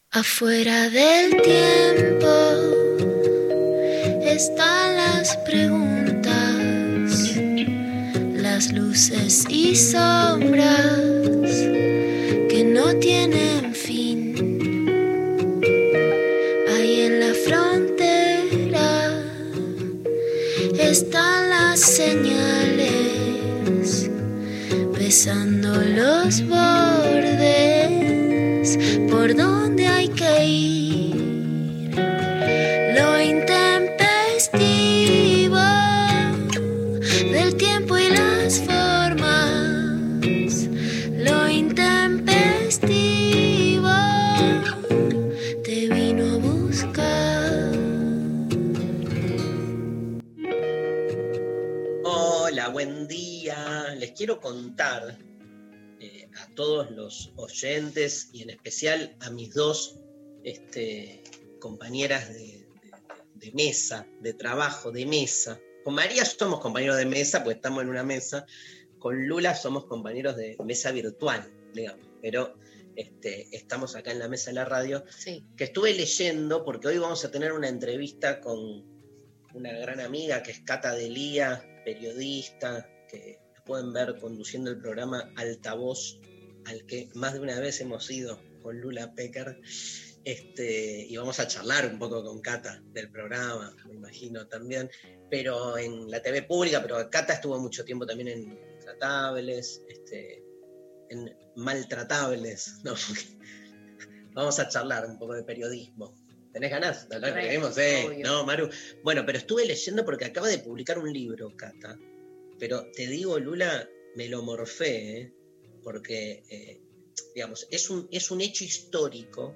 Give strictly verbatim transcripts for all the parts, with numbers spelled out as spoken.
Afuera del tiempo están las preguntas, las luces y sombras que no tienen fin. Ahí en la frontera están las señales, besando los bordes por donde hay que ir. Lo intempestivo del tiempo y las formas, lo intempestivo te vino a buscar. Hola, buen día. Les quiero contar eh, a todos los oyentes y en especial a mis dos este, compañeras de, de, de mesa, de trabajo, de mesa. Con María somos compañeros de mesa, pues estamos en una mesa. Con Lula somos compañeros de mesa virtual, digamos. Pero este, estamos acá en la mesa de la radio. Sí. Que estuve leyendo, porque hoy vamos a tener una entrevista con una gran amiga que es Cata Delía, periodista, que la pueden ver conduciendo el programa Altavoz, al que más de una vez hemos ido con Lula Pecker, este, y vamos a charlar un poco con Cata del programa, me imagino también, pero en la T V pública, pero Cata estuvo mucho tiempo también en Intratables, este, en Maltratables, ¿no? Vamos a charlar un poco de periodismo. ¿Tenés ganas de hablar de periodismo? Sí, no, Maru. Bueno, pero estuve leyendo porque acaba de publicar un libro, Cata. Pero te digo, Lula, me lo morfé, ¿eh? Porque, eh, digamos, es un, es un hecho histórico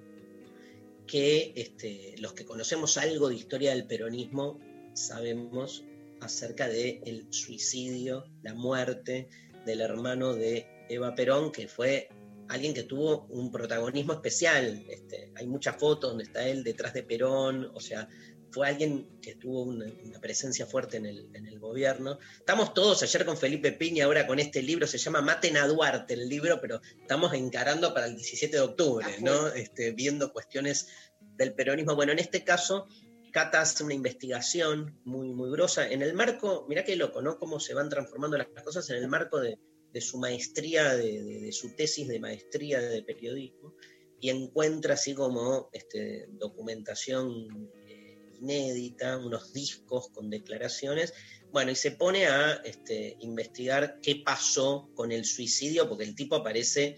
que este, los que conocemos algo de historia del peronismo sabemos acerca del suicidio, la muerte del hermano de Eva Perón, que fue alguien que tuvo un protagonismo especial. Este, hay muchas fotos donde está él detrás de Perón, o sea, fue alguien que tuvo una, una presencia fuerte en el, en el gobierno. Estamos todos ayer con Felipe Piña, ahora con este libro, se llama Maten a Duarte el libro, pero estamos encarando para el diecisiete de octubre, ¿no? Este, viendo cuestiones del peronismo. Bueno, en este caso, Cata hace una investigación muy, muy grosa, en el marco, mirá qué loco, ¿no? Cómo se van transformando las cosas en el marco de de su maestría, de, de, de su tesis de maestría de periodismo, y encuentra así como este, documentación eh, inédita, unos discos con declaraciones, bueno, y se pone a este, investigar qué pasó con el suicidio, porque el tipo aparece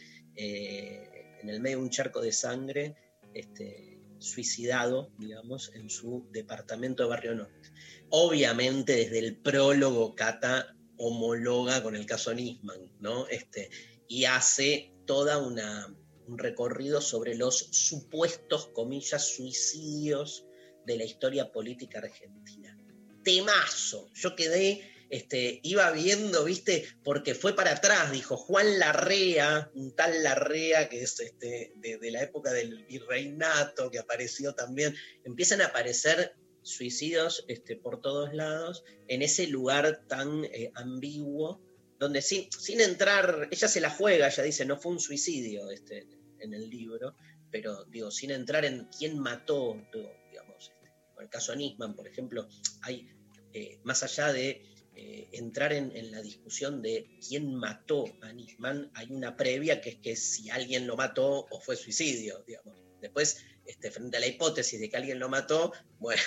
eh, en el medio de un charco de sangre, este, suicidado, digamos, en su departamento de Barrio Norte. Obviamente desde el prólogo Cata homologa con el caso Nisman, ¿no? Este, y hace toda una, un recorrido sobre los supuestos, comillas, suicidios de la historia política argentina. Temazo. Yo quedé, este, iba viendo, viste, porque fue para atrás, dijo Juan Larrea, un tal Larrea que es este, de, de la época del virreinato, que apareció también. Empiezan a aparecer suicidios este, por todos lados, en ese lugar tan eh, ambiguo, donde sin, sin entrar, ella se la juega, ella dice, no fue un suicidio este, en el libro, pero digo, sin entrar en quién mató, digo, digamos, este, en el caso Nisman, por ejemplo, hay, eh, más allá de eh, entrar en, en la discusión de quién mató a Nisman, hay una previa que es que si alguien lo mató o fue suicidio, digamos. Después, Este, frente a la hipótesis de que alguien lo mató, bueno,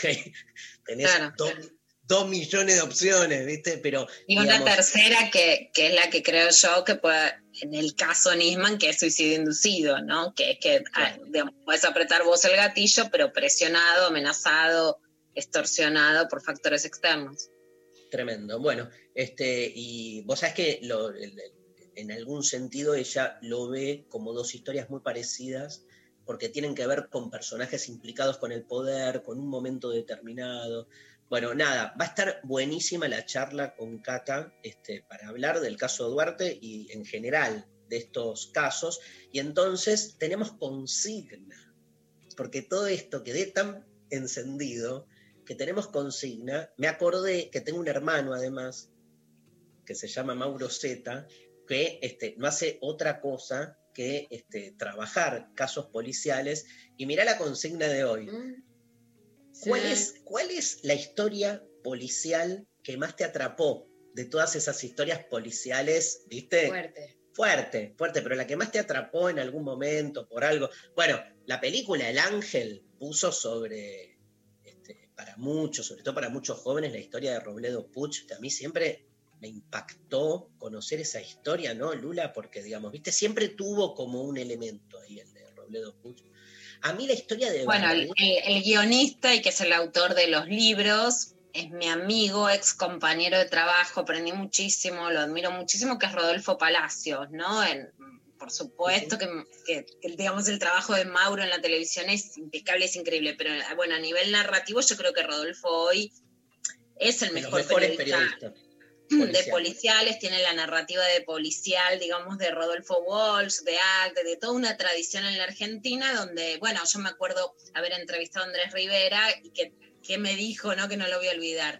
tenés claro, dos, claro. dos millones de opciones, ¿viste? Pero, y digamos, una tercera que, que es la que creo yo que puede, en el caso Nisman, que es suicidio inducido, ¿no? Que es que claro. digamos, puedes apretar vos el gatillo, pero presionado, amenazado, extorsionado por factores externos. Tremendo. Bueno, este, y vos sabés que lo, el, en algún sentido ella lo ve como dos historias muy parecidas, porque tienen que ver con personajes implicados con el poder, con un momento determinado. Bueno, nada, va a estar buenísima la charla con Cata este, para hablar del caso Duarte y en general de estos casos. Y entonces tenemos consigna, porque todo esto quedé tan encendido que tenemos consigna. Me acordé que tengo un hermano además, que se llama Mauro Zeta, que este, no hace otra cosa que este, trabajar casos policiales. Y mirá la consigna de hoy. Mm. ¿Cuál, Sí. es, ¿Cuál es la historia policial que más te atrapó de todas esas historias policiales, viste? Fuerte. Fuerte, fuerte, pero la que más te atrapó en algún momento por algo. Bueno, la película El Ángel puso sobre, este, para muchos, sobre todo para muchos jóvenes, la historia de Robledo Puch, que a mí siempre me impactó conocer esa historia, ¿no, Lula? Porque, digamos, viste, siempre tuvo como un elemento ahí el de Robledo Puch. A mí la historia de Bueno, el, Bardi, el, el guionista y que es el autor de los libros es mi amigo, ex compañero de trabajo, aprendí muchísimo, lo admiro muchísimo, que es Rodolfo Palacios, ¿no? En, por supuesto que, que, que, digamos, el trabajo de Mauro en la televisión es impecable, es increíble, pero bueno, a nivel narrativo yo creo que Rodolfo hoy es el mejor periodista, periodista de policiales, tiene la narrativa de policial, digamos, de Rodolfo Walsh, de arte, de toda una tradición en la Argentina, donde, bueno, yo me acuerdo haber entrevistado a Andrés Rivera y que, que me dijo, ¿no? Que no lo voy a olvidar.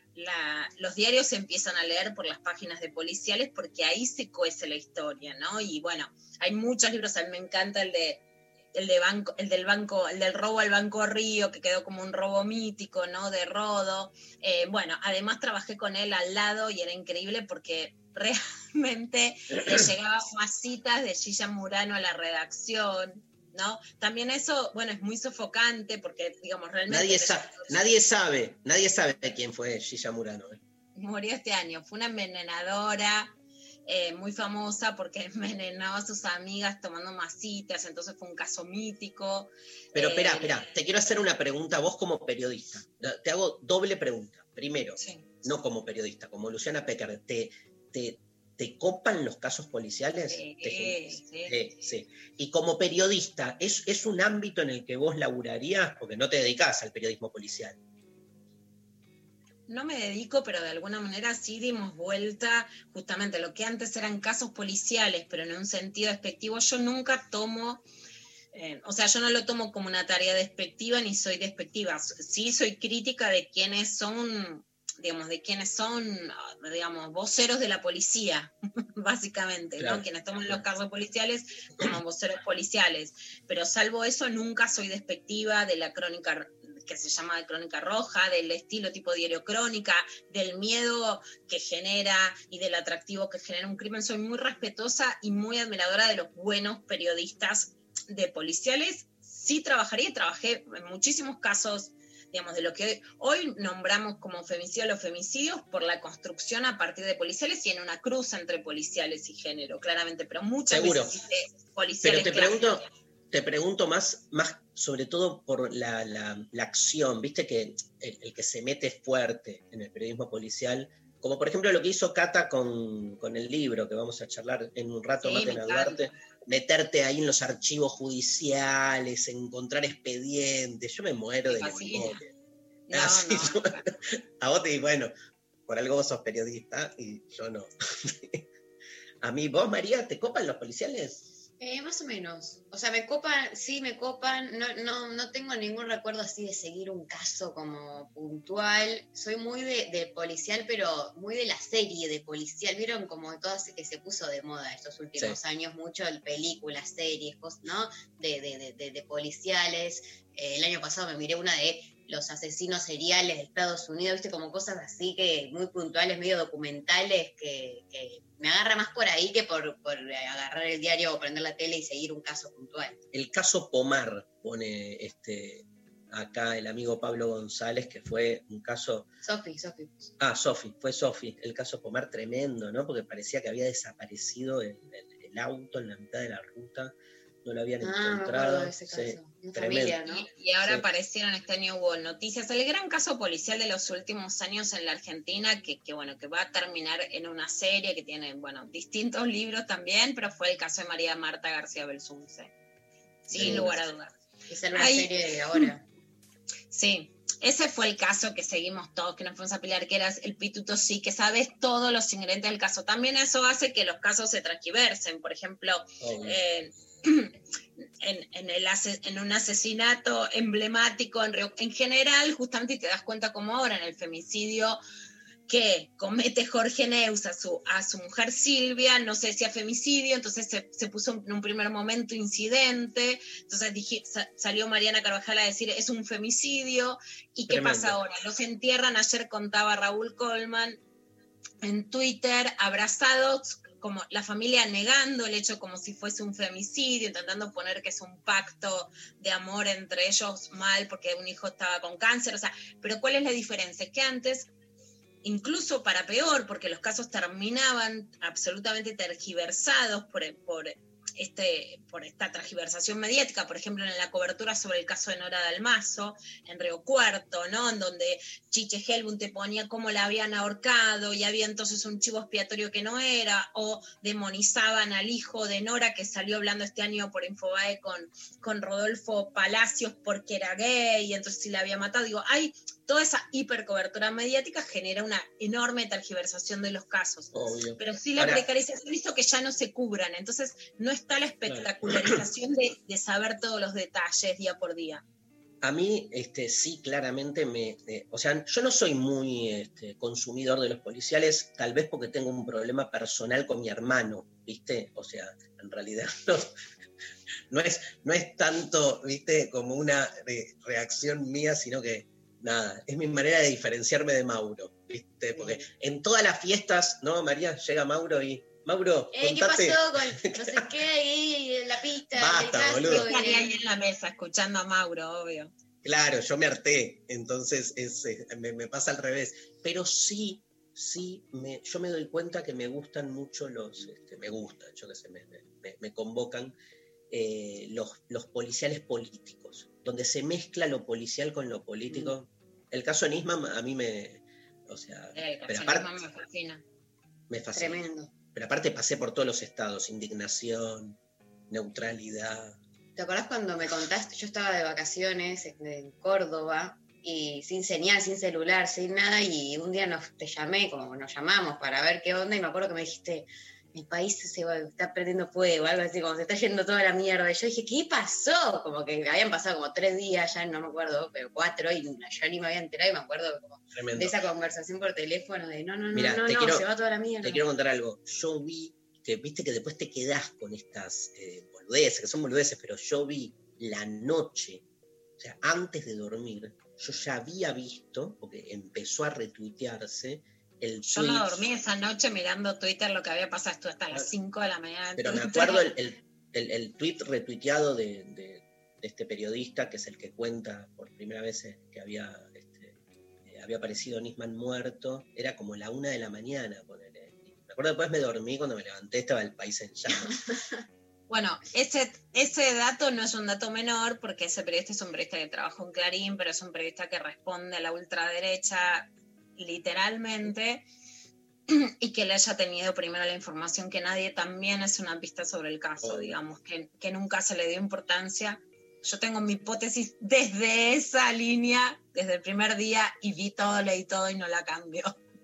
La, los diarios se empiezan a leer por las páginas de policiales porque ahí se cuece la historia, ¿no? Y bueno, hay muchos libros, a mí me encanta el de el de banco, el del banco, el del robo al Banco Río, que quedó como un robo mítico, ¿no? De Rodo. Eh, bueno, además trabajé con él al lado y era increíble porque realmente le llegaban masitas de Gilla Murano a la redacción, ¿no? También eso, bueno, es muy sofocante porque, digamos, realmente... Nadie, sa nadie sabe, nadie sabe quién fue Gilla Murano. ¿eh? Murió este año, fue una envenenadora... Eh, muy famosa porque envenenó a sus amigas tomando masitas, entonces fue un caso mítico. Pero eh, espera, espera, te quiero hacer una pregunta, vos como periodista, te hago doble pregunta. Primero, sí. no como periodista, como Luciana Pecker, ¿te, te, te copan los casos policiales? Sí, ¿Te, sí, sí, sí. Y como periodista, ¿es, ¿es un ámbito en el que vos laburarías? Porque no te dedicás al periodismo policial. No me dedico, pero de alguna manera sí dimos vuelta justamente a lo que antes eran casos policiales, pero en un sentido despectivo. Yo nunca tomo, eh, o sea, yo no lo tomo como una tarea despectiva ni soy despectiva. Sí soy crítica de quienes son, digamos, de quienes son, digamos, voceros de la policía, básicamente, claro, ¿no? Quienes toman los casos policiales como voceros policiales. Pero salvo eso, nunca soy despectiva de la crónica que se llama de crónica roja, del estilo tipo diario crónica, del miedo que genera y del atractivo que genera un crimen. Soy muy respetuosa y muy admiradora de los buenos periodistas de policiales. Sí trabajaría, trabajé en muchísimos casos, digamos, de lo que hoy, hoy nombramos como femicidio los femicidios por la construcción a partir de policiales y en una cruz entre policiales y género, claramente, pero muchas Seguro. veces policiales. Pero te pregunto, te pregunto más, más sobre todo por la, la, la acción, viste que el, el que se mete fuerte en el periodismo policial, como por ejemplo lo que hizo Cata con, con el libro, que vamos a charlar en un rato, sí, Maten a Duarte, meterte ahí en los archivos judiciales, encontrar expedientes, yo me muero de la memoria. No, ah, sí, no. yo, a vos te digo, bueno, por algo vos sos periodista y yo no. A mí, vos, María, ¿te copan los policiales? Eh, más o menos. O sea, me copan, sí, me copan. No, no, no tengo ningún recuerdo así de seguir un caso como puntual. Soy muy de, de policial, pero muy de la serie de policial. Vieron como todas que se puso de moda estos últimos sí. años, mucho películas, series, cosas, ¿no? De, de, de, de, de policiales. Eh, el año pasado me miré una de los asesinos seriales de Estados Unidos, viste, como cosas así que muy puntuales, medio documentales, que, que me agarra más por ahí que por, por agarrar el diario o prender la tele y seguir un caso puntual. El caso Pomar pone este acá el amigo Pablo González, que fue un caso... Sofi, Sofi. Ah, Sofi, fue Sofi. El caso Pomar tremendo, ¿no? Porque parecía que había desaparecido el, el, el auto en la mitad de la ruta. No lo habían ah, encontrado. De ese caso. Sí, familia, ¿no? Y, y ahora sí. aparecieron, este año hubo noticias. El gran caso policial de los últimos años en la Argentina, que, que bueno, que va a terminar en una serie que tiene, bueno, distintos libros también, pero fue el caso de María Marta García Belsunce. Sin sí, lugar a dudas. Esa es una Hay, serie de ahora. Sí. Ese fue el caso que seguimos todos, que nos fuimos a pelear, que era el pituto sí, que sabes todos los ingredientes del caso. También eso hace que los casos se transgiversen. Por ejemplo, oh, eh, en, en, el, en un asesinato emblemático en, en general, justamente te das cuenta como ahora en el femicidio, que comete Jorge Neus a su, a su mujer Silvia, no se decía femicidio, entonces se, se puso en un primer momento incidente, entonces dije, sa, salió Mariana Carvajal a decir es un femicidio, ¿y qué Tremendo. pasa ahora? Los entierran, ayer contaba Raúl Colman en Twitter, abrazados, como la familia negando el hecho como si fuese un femicidio, intentando poner que es un pacto de amor entre ellos mal porque un hijo estaba con cáncer, o sea, pero ¿cuál es la diferencia? Que antes, incluso para peor, porque los casos terminaban absolutamente tergiversados por, por, este, por esta tergiversación mediática, por ejemplo, en la cobertura sobre el caso de Nora Dalmazo, en Río Cuarto, ¿no? En donde Chiche Helbun te ponía cómo la habían ahorcado y había entonces un chivo expiatorio que no era, o demonizaban al hijo de Nora que salió hablando este año por Infobae con, con Rodolfo Palacios porque era gay y entonces si la había matado. Digo, hay toda esa hipercobertura mediática genera una enorme tergiversación de los casos. Obvio. Pero sí la Ahora, precarización hizo que ya no se cubran, entonces no está la espectacularización de, de saber todos los detalles día por día. A mí, este, sí, claramente me... eh, o sea, yo no soy muy este, consumidor de los policiales, tal vez porque tengo un problema personal con mi hermano, ¿viste? O sea, en realidad no, no, es, no es tanto, ¿viste? Como una re- reacción mía, sino que, nada, es mi manera de diferenciarme de Mauro, ¿viste? Porque en todas las fiestas, ¿no, María? Llega Mauro y... Mauro, Eh, ¿qué contate... pasó con no sé qué ahí en la pista? Basta, el boludo. clásico, Estaría el- ahí en la mesa escuchando a Mauro, obvio. Claro, yo me harté, entonces es, eh, me, me pasa al revés. Pero sí, sí, me, yo me doy cuenta que me gustan mucho los, este, me gustan, yo qué sé, me, me, me convocan eh, los, los policiales políticos, donde se mezcla lo policial con lo político. Mm. El caso de Nisman a mí me, o sea, El pero caso de aparte, Nisman me fascina. me fascina. Tremendo. Pero aparte pasé por todos los estados, indignación, neutralidad. ¿Te acordás cuando me contaste? Yo estaba de vacaciones en, en Córdoba y sin señal, sin celular, sin nada, y un día nos, te llamé, como nos llamamos para ver qué onda, y me acuerdo que me dijiste, mi país se va, está perdiendo fuego, algo así, como se está yendo toda la mierda. Y yo dije, ¿qué pasó? Como que habían pasado como tres días, ya no me acuerdo, pero cuatro, y yo ni me había enterado, y me acuerdo como Tremendo. de esa conversación por teléfono, de no, no, no, Mirá, no, te no, quiero, se va toda la mierda. Te quiero contar algo. Yo vi, que viste que después te quedás con estas eh, boludeces, que son boludeces, pero yo vi la noche, o sea, antes de dormir, yo ya había visto, porque empezó a retuitearse, el Yo tweet, no dormí esa noche mirando Twitter lo que había pasado esto hasta las cinco de la mañana. pero me acuerdo el, el, el, el tweet retuiteado de, de, de este periodista, que es el que cuenta por primera vez que había, este, eh, había aparecido Nisman muerto, era como la una de la mañana, ponele. Me acuerdo después me dormí, cuando me levanté estaba el país en llamas. Bueno, ese, ese dato no es un dato menor, porque ese periodista es un periodista que trabajó en Clarín, pero es un periodista que responde a la ultraderecha literalmente, y que le haya tenido primero la información que nadie, también es una pista sobre el caso, digamos, que, que nunca se le dio importancia. Yo tengo mi hipótesis desde esa línea, desde el primer día, y vi todo, leí todo y no la cambio.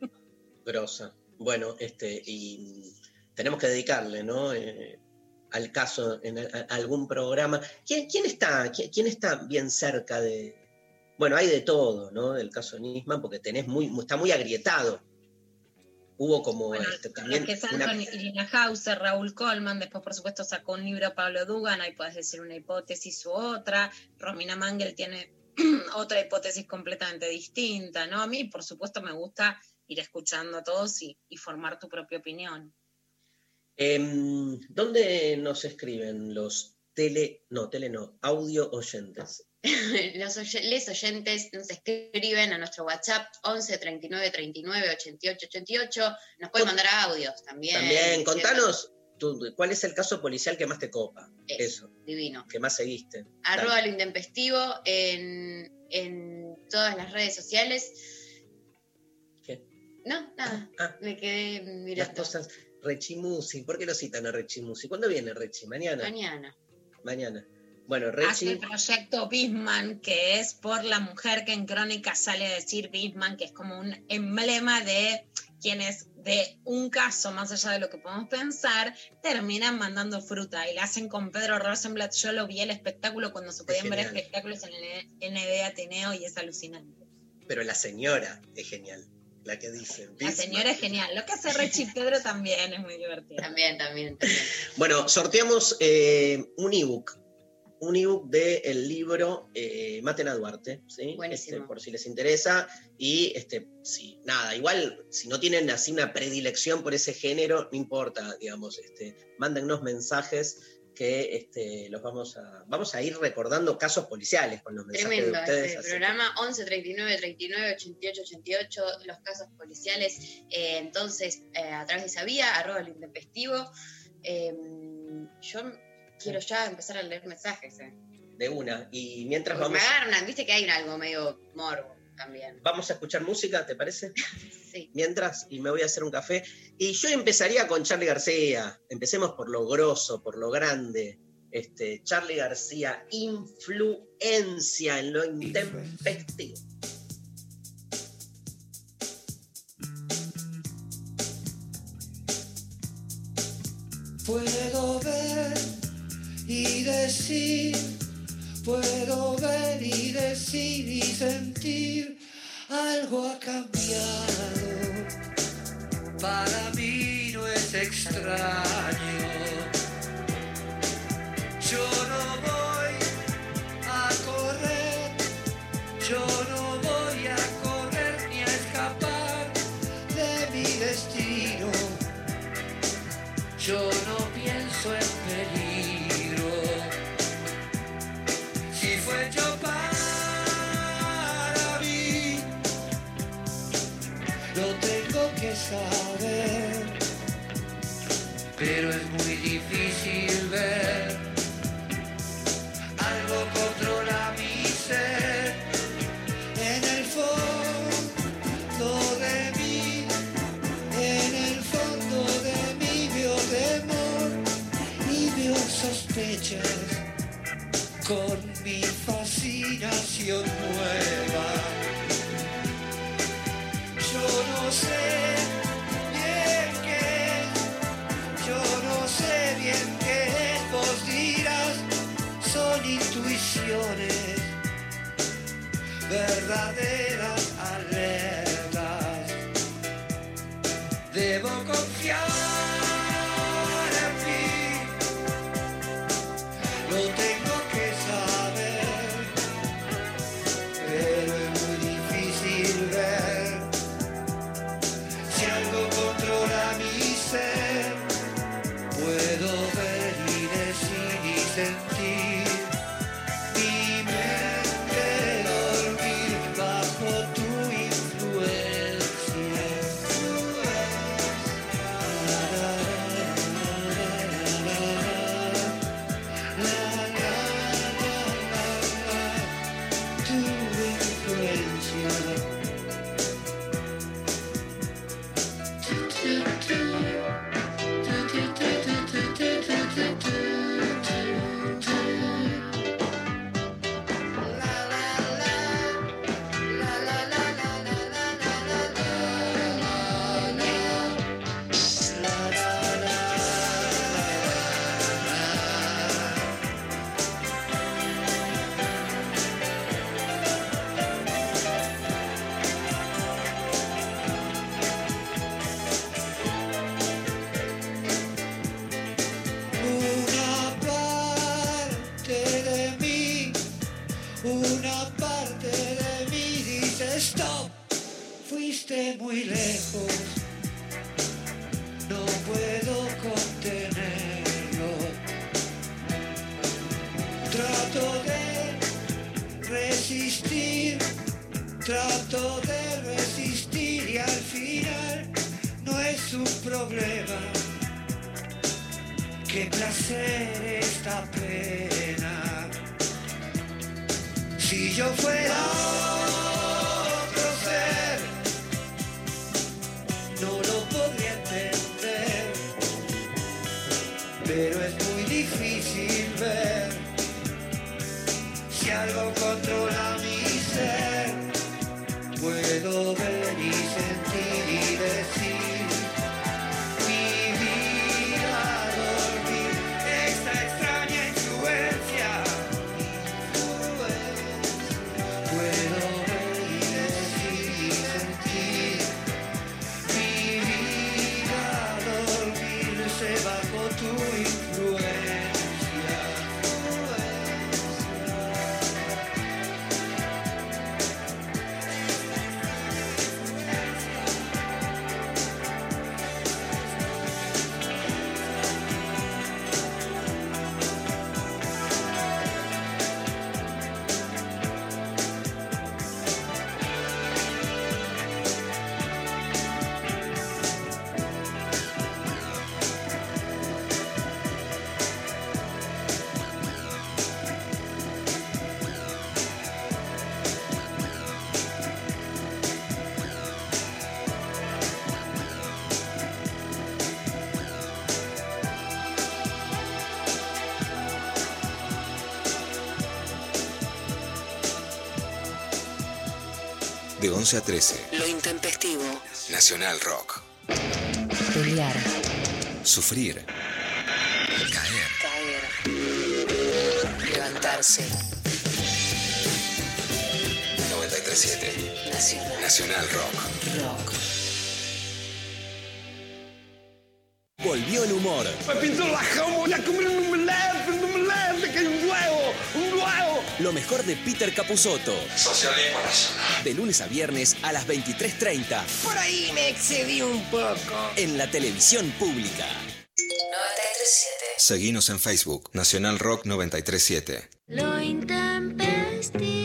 Grosa. Bueno, este, y tenemos que dedicarle, ¿no? Eh, al caso en a, a algún programa. ¿Quién, quién está, quién, quién está bien cerca de...? Bueno, hay de todo, ¿no? Del caso Nisman, porque tenés muy, está muy agrietado. Hubo como Bueno, este, también los que una... son Irina Hauser, Raúl Colman, después por supuesto sacó un libro Pablo Dugan, ahí puedes decir una hipótesis u otra. Romina Mangel tiene otra hipótesis completamente distinta, ¿no? A mí, por supuesto, me gusta ir escuchando a todos y, y formar tu propia opinión. Eh, ¿Dónde nos escriben los tele, no, tele no, audio oyentes? Los oy- les oyentes nos escriben a nuestro WhatsApp once treinta y nueve treinta y nueve ochenta y ocho ochenta y ocho. Nos pueden mandar audios también. También, contanos tú, cuál es el caso policial que más te copa. Eso, Eso, divino. que más seguiste. Arroba Dale. lo intempestivo en, en todas las redes sociales. ¿Qué? No, nada. Ah, Me quedé las mirando. cosas. Rechimusi, ¿por qué lo citan a Rechimusi? ¿Cuándo viene Rechi? ¿Mañana? Mañana. Mañana. Bueno, Hace Rechi, el proyecto Bisman, que es por la mujer que en Crónica sale a decir Bisman, que es como un emblema de quienes de un caso, más allá de lo que podemos pensar, terminan mandando fruta. Y la hacen con Pedro Rosenblatt. Yo lo vi el espectáculo cuando se podían ver genial. espectáculos en el N B A Ateneo y es alucinante. pero la señora es genial. la que dice. La señora es genial. Lo que hace Rechi Pedro también es muy divertido. También, también, también. Bueno, sorteamos eh, un ebook. Un ebook del libro eh, Maten a Duarte, ¿sí? Buenísimo. Este, por si les interesa. Y este, sí, nada, igual si no tienen así una predilección por ese género, no importa, digamos, este, mándennos mensajes que este, los vamos a, vamos a ir recordando casos policiales con los mensajes Tremendo de ustedes. este así programa, once treinta y nueve treinta y nueve ochenta y ocho ochenta y ocho, los casos policiales. Eh, entonces, eh, a través de esa vía, arroba el intempestivo. Eh, yo quiero ya empezar a leer mensajes. Eh. De una. Y mientras Porque vamos, me agarran, viste que hay algo medio morbo también. vamos a escuchar música, ¿te parece? Sí. Mientras, y me voy a hacer un café. Y yo empezaría con Charly García. Empecemos por lo grosso, por lo grande. Este, Charly García, influencia en lo intempestivo. Puedo ver y decir, puedo ver y decir y sentir, algo ha cambiado. Para mí no es extraño. Yo no voy a correr, yo no voy a correr ni a escapar de mi destino. Yo no pienso en peligro. Si fue yo para mí, lo tengo que saber, pero es muy difícil ver. Algo controla mi ser, en el fondo de mí, en el fondo de mí veo temor y veo sospechas con mi fascinación nueva. Yo no sé bien qué es, yo no sé bien qué es, vos dirás, son intuiciones, verdaderas alertas. Debo confiar en mí, lo tengo que saber, pero es muy difícil ver. Si algo controla mi ser, puedo ver y decir y sentir. Mi mente dormir bajo tu influencia. La, la, la, la, la, tu influencia. Una parte de mí, una parte de mí dice stop, fuiste muy lejos, no puedo contenerlo. Trato de resistir, trato de resistir y al final no es un problema. Qué placer esta pena. Si yo fuera otro ser, no lo podría entender, pero es muy difícil ver. Si algo controla mi ser, puedo ver y sentir y decir. Mi vida dormir, esta extraña influencia. Puedo ver y decir y sentir. de once a trece. Lo intempestivo. Nacional Rock. Pelear. Sufrir. Caer. Caer. Levantarse. noventa y tres punto siete. Nacional. Nacional Rock. Rock. Volvió el humor. Me pintó la jamo, ya comí un omelette, un omelette, que hay un huevo, un huevo. Lo mejor de Peter Capusotto. Socialismo nacional. De lunes a viernes a las veintitrés treinta. Por ahí me excedí un poco. En la televisión pública. noventa y tres punto siete. Seguinos en Facebook. Nacional Rock noventa y tres punto siete. Lo intempestivo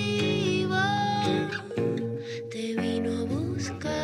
te vino a buscar.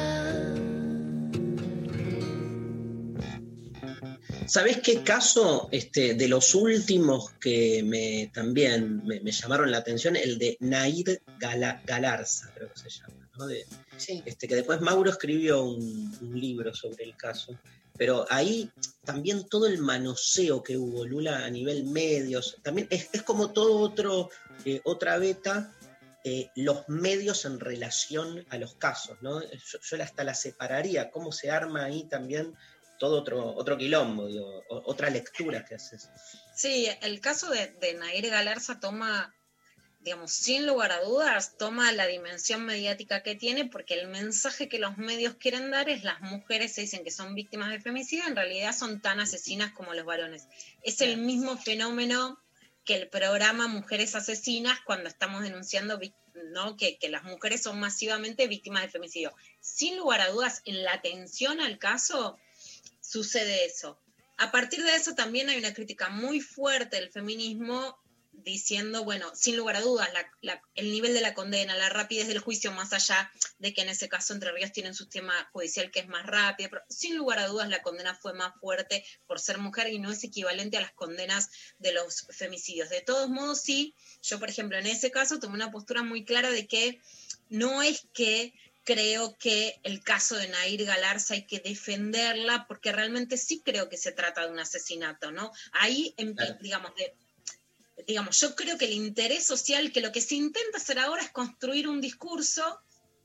¿Sabés qué caso este, de los últimos que me también me, me llamaron la atención? El de Nair Gala, Galarza, creo que se llama, ¿no? De, Sí. este, que después Mauro escribió un, un libro sobre el caso. Pero ahí también todo el manoseo que hubo, Lula, a nivel medios, también es, es como todo otro, eh, otra beta, eh, los medios en relación a los casos, ¿no? Yo, yo hasta la separaría, cómo se arma ahí también todo otro, otro quilombo, digo, o- otra lectura que haces. Sí, el caso de, de Nair Galarza toma, digamos, sin lugar a dudas, toma la dimensión mediática que tiene, porque el mensaje que los medios quieren dar es: las mujeres se dicen que son víctimas de femicidio, en realidad son tan asesinas como los varones. Es el mismo fenómeno que el programa Mujeres Asesinas, cuando estamos denunciando, vic- ¿no? que, que las mujeres son masivamente víctimas de femicidio. Sin lugar a dudas, en la atención al caso sucede eso. A partir de eso también hay una crítica muy fuerte del feminismo diciendo, bueno, sin lugar a dudas, la- la- el nivel de la condena, la rapidez del juicio, más allá de que en ese caso Entre Ríos tiene un sistema judicial que es más rápido, pero sin lugar a dudas la condena fue más fuerte por ser mujer y no es equivalente a las condenas de los femicidios. De todos modos, sí, yo por ejemplo en ese caso tomé una postura muy clara de que no es que creo que el caso de Nair Galarza hay que defenderla, porque realmente sí creo que se trata de un asesinato, ¿no? Ahí, en- Claro. digamos, de, digamos, yo creo que el interés social, que lo que se intenta hacer ahora es construir un discurso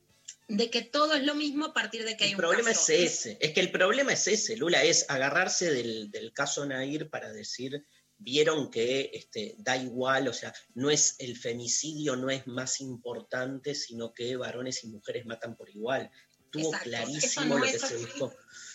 de que todo es lo mismo a partir de que hay El un problema caso. es ese, es que el problema es ese, Lula, es agarrarse del, del caso Nair para decir, vieron que este, da igual, o sea, no es el femicidio, no es más importante, sino que varones y mujeres matan por igual. Estuvo Exacto. Eso clarísimo no lo que es se así. buscó.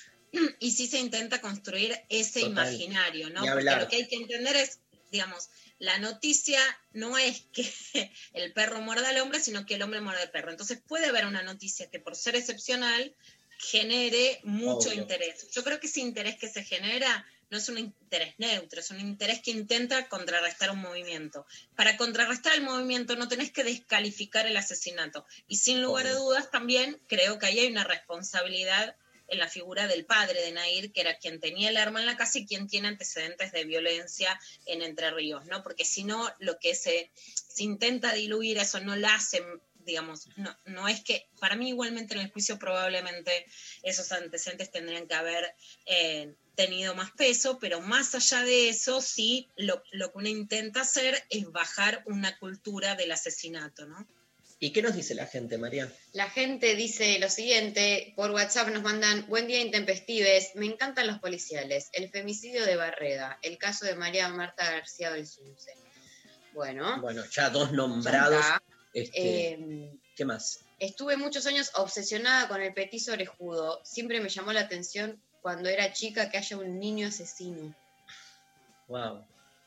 Y sí se intenta construir ese Total. imaginario, ¿no? Ni Porque hablar. lo que hay que entender es, digamos, la noticia no es que el perro muerda al hombre, sino que el hombre muerde al perro. Entonces puede haber una noticia que por ser excepcional genere mucho Obvio. interés. Yo creo que ese interés que se genera no es un interés neutro, es un interés que intenta contrarrestar un movimiento. Para contrarrestar el movimiento no tenés que descalificar el asesinato. Y sin lugar a Obvio. dudas también creo que ahí hay una responsabilidad en la figura del padre de Nair, que era quien tenía el arma en la casa y quien tiene antecedentes de violencia en Entre Ríos, ¿no? Porque si no, lo que se, se intenta diluir, eso no la hacen, digamos, no, no es que, para mí igualmente en el juicio probablemente esos antecedentes tendrían que haber eh, tenido más peso, pero más allá de eso, sí, lo, lo que uno intenta hacer es bajar una cultura del asesinato, ¿no? ¿Y qué nos dice la gente, María? La gente dice lo siguiente, por WhatsApp nos mandan: buen día intempestives, me encantan los policiales, el femicidio de Barreda, el caso de María Marta García Belsunce. Bueno, Bueno, ya dos nombrados. ya está. Este, Eh, ¿Qué más? Estuve muchos años obsesionada con el petiso orejudo. Siempre me llamó la atención cuando era chica que haya un niño asesino. Wow.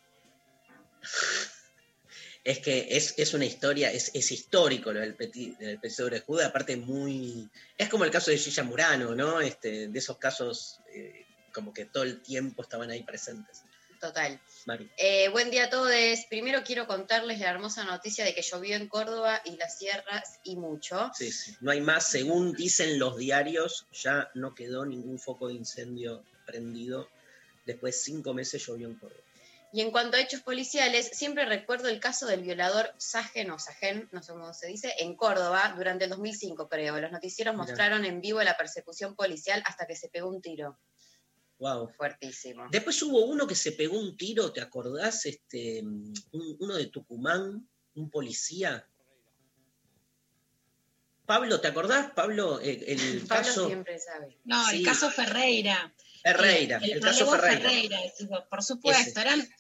Es que es, es una historia, es, es histórico lo del Petit, del Petit Orejudo, aparte muy... Es como el caso de Gilla Murano, ¿no? Este, de esos casos eh, como que todo el tiempo estaban ahí presentes. Total. Mari. Eh, buen día a todos. Primero quiero contarles la hermosa noticia de que llovió en Córdoba y las sierras y mucho. Sí, sí. No hay más, según dicen los diarios, ya no quedó ningún foco de incendio prendido. Después de cinco meses llovió en Córdoba. Y en cuanto a hechos policiales, siempre recuerdo el caso del violador Sagen o Sagen, no sé cómo se dice, en Córdoba durante el dos mil cinco, creo. Los noticieros Mirá. mostraron en vivo la persecución policial hasta que se pegó un tiro. Wow. Fuertísimo. Después hubo uno que se pegó un tiro, ¿te acordás? Este, un- uno de Tucumán, un policía. Pablo, ¿te acordás, Pablo? El, el Pablo caso... siempre sabe. No, Sí. el caso Ferreira. Ferreira, el, el, el caso Malevo Ferreira. Ferreira, por supuesto, Ese. eran,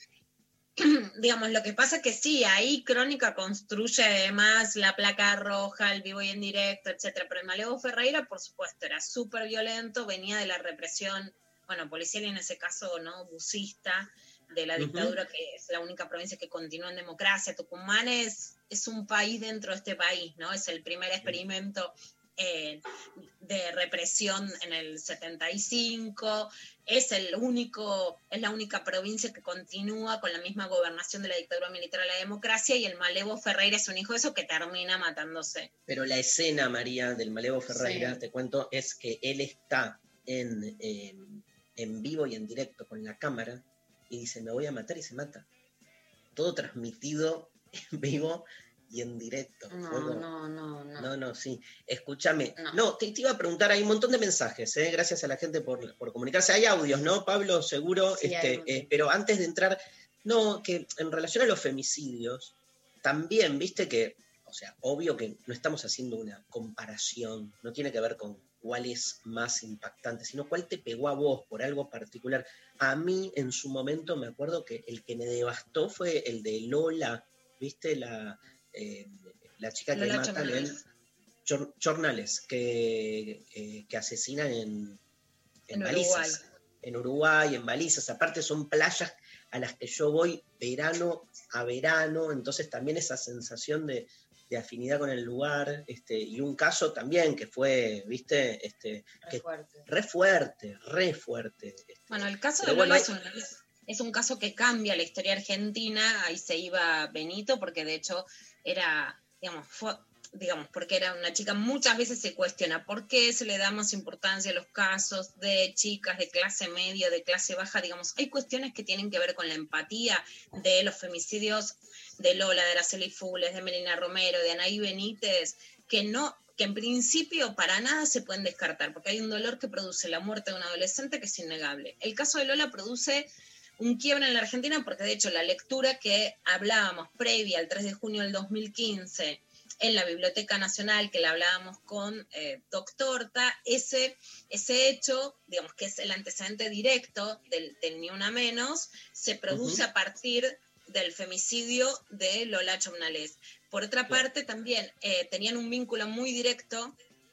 digamos, lo que pasa es que sí, ahí Crónica construye además la placa roja, el vivo y en directo, etcétera, pero el Malevo Ferreira, por supuesto, era súper violento, venía de la represión, bueno, policial y en ese caso, ¿no?, bucista, de la dictadura, uh-huh. que es la única provincia que continúa en democracia. Tucumán es, es un país dentro de este país, ¿no? Es el primer experimento eh, de represión en el setenta y cinco, es el único, es la única provincia que continúa con la misma gobernación de la dictadura militar a la democracia, y el Malevo Ferreira es un hijo de eso que termina matándose. Pero la escena, María, del Malevo Ferreira, Sí. te cuento, es que él está en, en, en vivo y en directo con la cámara y dice, me voy a matar, y se mata. Todo transmitido en vivo y en directo. No, Todo. no, no, no. No, no, sí. Escúchame. No, no te, te iba a preguntar, hay un montón de mensajes, ¿eh? Gracias a la gente por, por comunicarse. Hay audios, ¿no, Pablo? Seguro. Sí, este, eh, pero antes de entrar, no, que en relación a los femicidios, también, viste que, o sea, obvio que no estamos haciendo una comparación, no tiene que ver con cuál es más impactante, sino cuál te pegó a vos por algo particular. A mí, en su momento, me acuerdo que el que me devastó fue el de Lola, ¿viste? La, eh, la chica que Lola mata en Chor- Chornales, que, eh, que asesinan en, en, En balizas. Uruguay. En Uruguay, en balizas. Aparte son playas a las que yo voy verano a verano, entonces también esa sensación de de afinidad con el lugar, este, y un caso también que fue, viste, este, Re que, fuerte. re fuerte, re fuerte. Este. Bueno, el caso Pero de Lola bueno, es, un, es un caso que cambia la historia argentina, ahí se iba Benito, porque de hecho era, digamos, fue, digamos, porque era una chica, muchas veces se cuestiona por qué se le da más importancia a los casos de chicas de clase media, de clase baja, digamos, hay cuestiones que tienen que ver con la empatía de los femicidios de Lola, de Araceli Fules, de Melina Romero, de Anaí Benítez, que no, que en principio para nada se pueden descartar, porque hay un dolor que produce la muerte de un adolescente que es innegable. El caso de Lola produce un quiebre en la Argentina, porque de hecho la lectura que hablábamos previa al tres de junio del dos mil quince en la Biblioteca Nacional, que la hablábamos con eh, Doc Torta, ese, ese hecho, digamos que es el antecedente directo del, del Ni Una Menos, se produce uh-huh. a partir del femicidio de Lola Chomnales. Por otra claro. parte, también eh, tenían un vínculo muy directo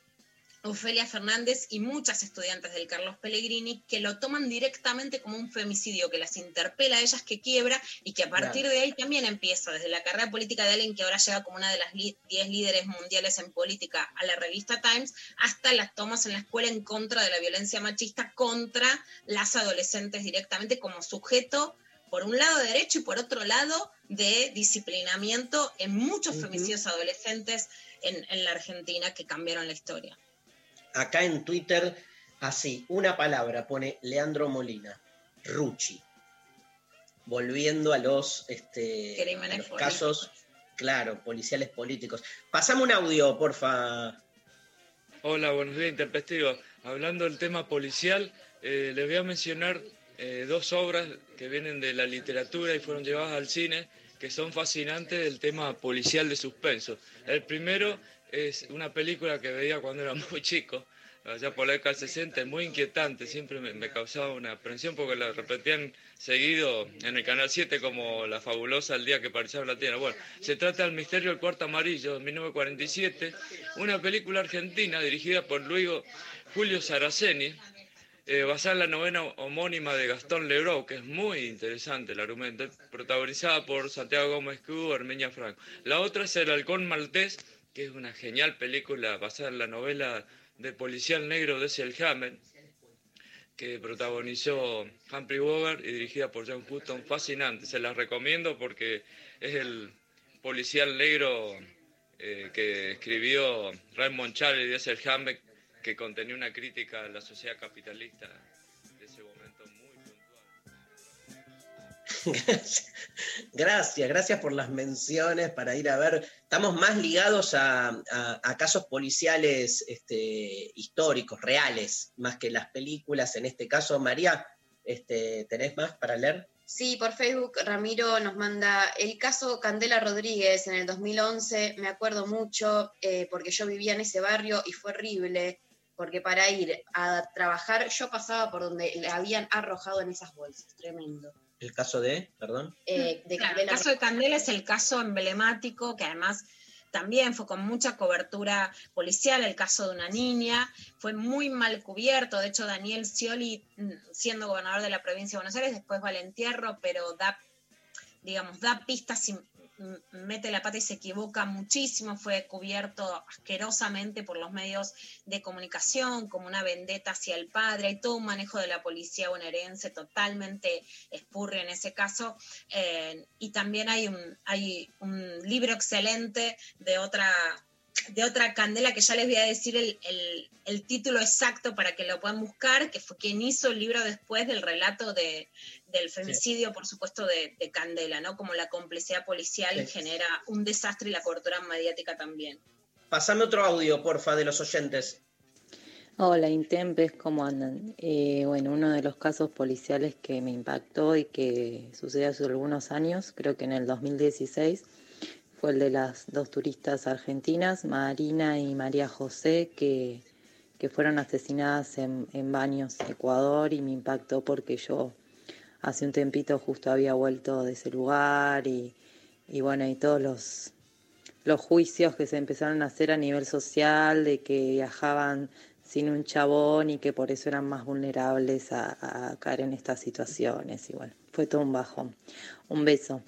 Ofelia Fernández y muchas estudiantes del Carlos Pellegrini, que lo toman directamente como un femicidio, que las interpela a ellas, que quiebra, y que a partir claro. de ahí también empieza, desde la carrera política de alguien que ahora llega como una de las diez líderes mundiales en política a la revista Times, hasta las tomas en la escuela en contra de la violencia machista contra las adolescentes directamente como sujeto, por un lado de derecho y por otro lado de disciplinamiento en muchos uh-huh. femicidios adolescentes en, en la Argentina que cambiaron la historia. Acá en Twitter, así, una palabra, pone Leandro Molina, Rucci. Volviendo a los, este, a los casos, claro, policiales políticos. Pasame un audio, porfa. Hola, buenos días, Intempestivo. Hablando del tema policial, eh, les voy a mencionar eh, dos obras que vienen de la literatura y fueron llevadas al cine, que son fascinantes del tema policial de suspenso. El primero es una película que veía cuando era muy chico, allá por la década del sesenta, muy inquietante, siempre me, me causaba una aprensión porque la repetían seguido en el Canal siete como La Fabulosa, El día que parecía la Tierra. Bueno, se trata del Misterio del Cuarto Amarillo, de mil novecientos cuarenta y siete, una película argentina dirigida por Luis Julio Saraceni, eh, basada en la novela homónima de Gastón Leroux, que es muy interesante el argumento, protagonizada por Santiago Gómez Cubo, Hermeña Franco. La otra es El Halcón Maltés, que es una genial película basada en la novela de policial negro de Cecil Hammett, que protagonizó Humphrey Bogart y dirigida por John Huston, fascinante. Se las recomiendo porque es el policial negro eh, que escribió Raymond Chandler y Cecil Hammett, que contenía una crítica a la sociedad capitalista de ese momento muy puntual. Gracias, gracias, gracias por las menciones para ir a ver. Estamos más ligados a, a, a casos policiales este, históricos, reales, más que las películas. En este caso, María, este, ¿tenés más para leer? Sí, por Facebook Ramiro nos manda el caso Candela Rodríguez en el dos mil once, me acuerdo mucho eh, porque yo vivía en ese barrio y fue horrible, porque para ir a trabajar yo pasaba por donde le habían arrojado en esas bolsas, tremendo. El caso de, perdón. Eh, de Claro, Candela el caso de Candela es el caso emblemático que además también fue con mucha cobertura policial, el caso de una niña, fue muy mal cubierto, de hecho Daniel Scioli, siendo gobernador de la provincia de Buenos Aires, después va al entierro, pero da, digamos, da pistas y mete la pata y se equivoca muchísimo, fue cubierto asquerosamente por los medios de comunicación como una vendetta hacia el padre, hay todo un manejo de la policía bonaerense totalmente espurrio en ese caso, eh, y también hay un, hay un libro excelente de otra, de otra Candela que ya les voy a decir el, el, el título exacto para que lo puedan buscar, que fue quien hizo el libro después del relato de del femicidio, sí. Por supuesto, de, de Candela, ¿no? Como la complicidad policial sí. Genera un desastre y la cobertura mediática también. Pasame otro audio, porfa, de los oyentes. Hola, Intempes, ¿cómo andan? Eh, bueno, uno de los casos policiales que me impactó y que sucedió hace algunos años, creo que en el dos mil dieciséis, fue el de las dos turistas argentinas, Marina y María José, que, que fueron asesinadas en, en Baños, Ecuador, y me impactó porque yo hace un tempito justo había vuelto de ese lugar y, y bueno, y todos los, los juicios que se empezaron a hacer a nivel social de que viajaban sin un chabón y que por eso eran más vulnerables a, a caer en estas situaciones. Y bueno, fue todo un bajón. Un beso.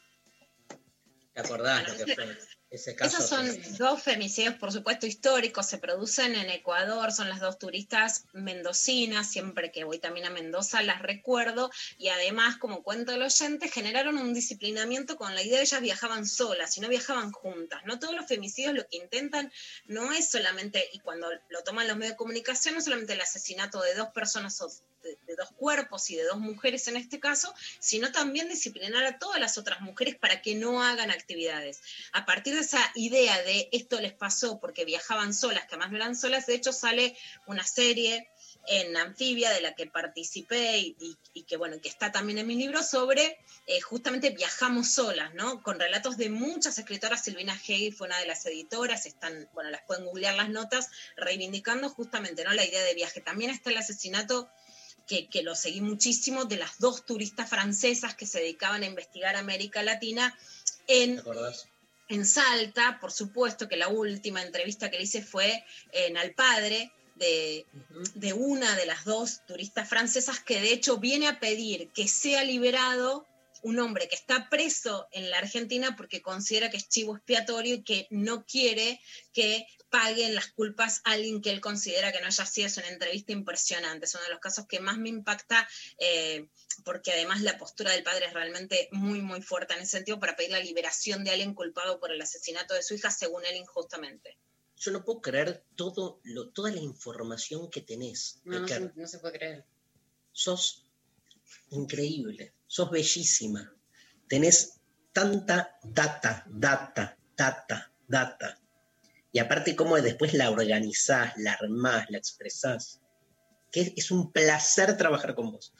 ¿Te acordás lo que fue ese caso? Esos son que... dos femicidios, por supuesto, históricos, se producen en Ecuador, son las dos turistas mendocinas, siempre que voy también a Mendoza las recuerdo, y además, como cuenta el oyente, generaron un disciplinamiento con la idea de ellas viajaban solas y no viajaban juntas, ¿no? Todos los femicidios lo que intentan no es solamente, y cuando lo toman los medios de comunicación, no solamente el asesinato de dos personas o De, de dos cuerpos y de dos mujeres en este caso, sino también disciplinar a todas las otras mujeres para que no hagan actividades. A partir de esa idea de esto les pasó porque viajaban solas, que además no eran solas, de hecho sale una serie en Anfibia de la que participé y, y, y que bueno, que está también en mi libro sobre eh, justamente viajamos solas, ¿no? Con relatos de muchas escritoras. Silvina Hegel fue una de las editoras, están, bueno, las pueden googlear las notas, reivindicando justamente, ¿no?, la idea de viaje. También está el asesinato Que, que lo seguí muchísimo, de las dos turistas francesas que se dedicaban a investigar América Latina en, en Salta, por supuesto que la última entrevista que le hice fue en al padre de, uh-huh. de una de las dos turistas francesas, que de hecho viene a pedir que sea liberado un hombre que está preso en la Argentina porque considera que es chivo expiatorio y que no quiere que paguen las culpas a alguien que él considera que no haya sido. Es una entrevista impresionante, es uno de los casos que más me impacta, eh, porque además la postura del padre es realmente muy, muy fuerte en ese sentido, para pedir la liberación de alguien culpado por el asesinato de su hija, según él, injustamente. Yo no puedo creer todo lo, toda la información que tenés. No, no se, no se puede creer. Sos increíble, sos bellísima, tenés tanta data, data, data, data, y aparte cómo después la organizás, la armás, la expresás, que es, es un placer trabajar con vos.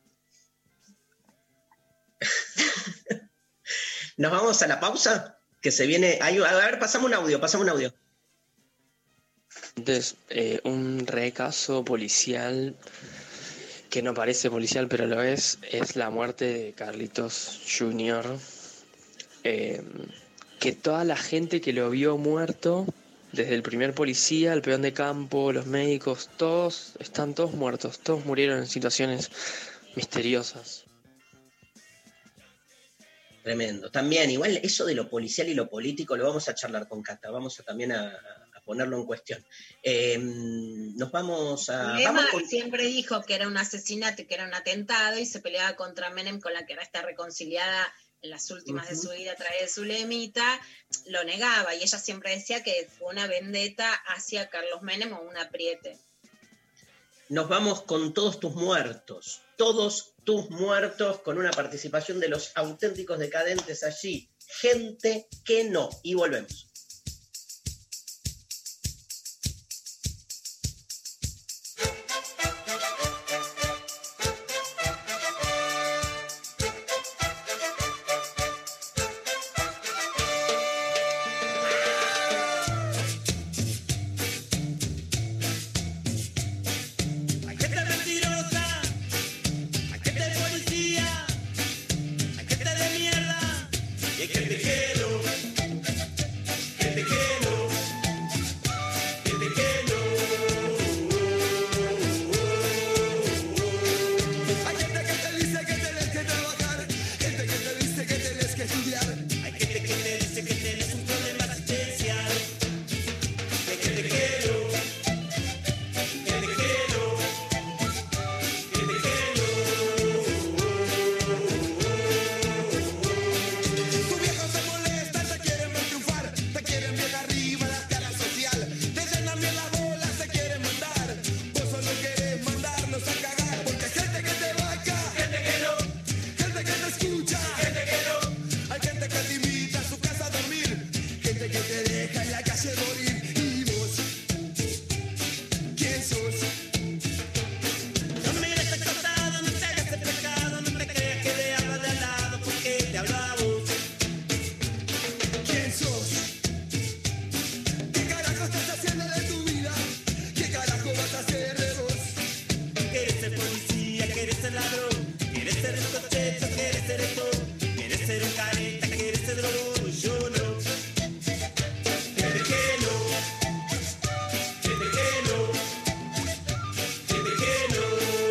Nos vamos a la pausa, que se viene, a ver, pasame un audio, pasame un audio. Entonces, eh, un recaso policial que no parece policial, pero lo es, es la muerte de Carlitos junior Eh, que toda la gente que lo vio muerto, desde el primer policía, el peón de campo, los médicos, todos, están todos muertos, todos murieron en situaciones misteriosas. Tremendo. También, igual, eso de lo policial y lo político lo vamos a charlar con Cata, vamos a también a... a ponerlo en cuestión. Eh, nos vamos a... Lema vamos con... siempre dijo que era un asesinato y que era un atentado, y se peleaba contra Menem, con la que ahora está reconciliada en las últimas uh-huh. de su vida a través de su lemita. Lo negaba, y ella siempre decía que fue una vendetta hacia Carlos Menem o un apriete. Nos vamos con Todos tus muertos, todos tus muertos, con una participación de los auténticos decadentes allí. Gente que no. Y volvemos. gente que te deja en la calle morir. ¿Y vos? ¿Quién sos? No mires al costado, no te hagas el pecado, no te creas que le habla de al lado porque te habla a vos. ¿Quién sos? ¿Qué carajo estás haciendo de tu vida? ¿Qué carajo vas a hacer de vos? ¿Quieres ser policía? ¿Quieres ser ladrón? ¿Quieres ser escocheto? ¿Quieres ser esto? ¿Quieres ser un careta? ¿Quieres ser drogón? Yo no. Desde que no. Desde que no. Desde que no.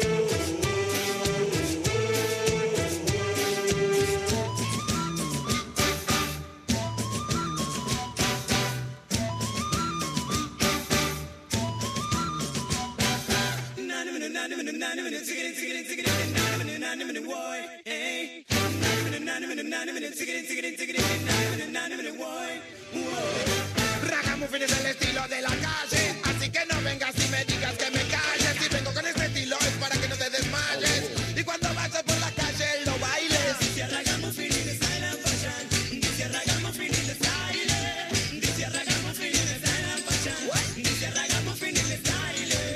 Ragamuffin es el estilo de la calle, así que no vengas y me digas que me calles. Si vengo con este estilo es para que no te desmayes. Y cuando vayas por la calle lo bailes. Dice Ragamuffin y le sale a fallar. Dice Ragamuffin y le sale. Dice Ragamuffin y le sale a fallar. Dice Ragamuffin y le sale.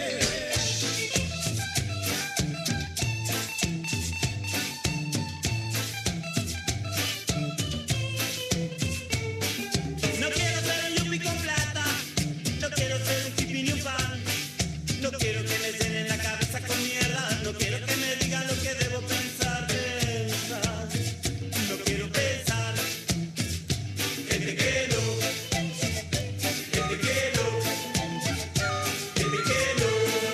No quiero ser un yuppie con plata, no quiero ser un hippie ni un fan, no quiero que me llenen la cabeza con mierda, no quiero que me digan lo que debo pensar, pensar, no quiero pensar, que te quiero, que te quiero, que te quiero.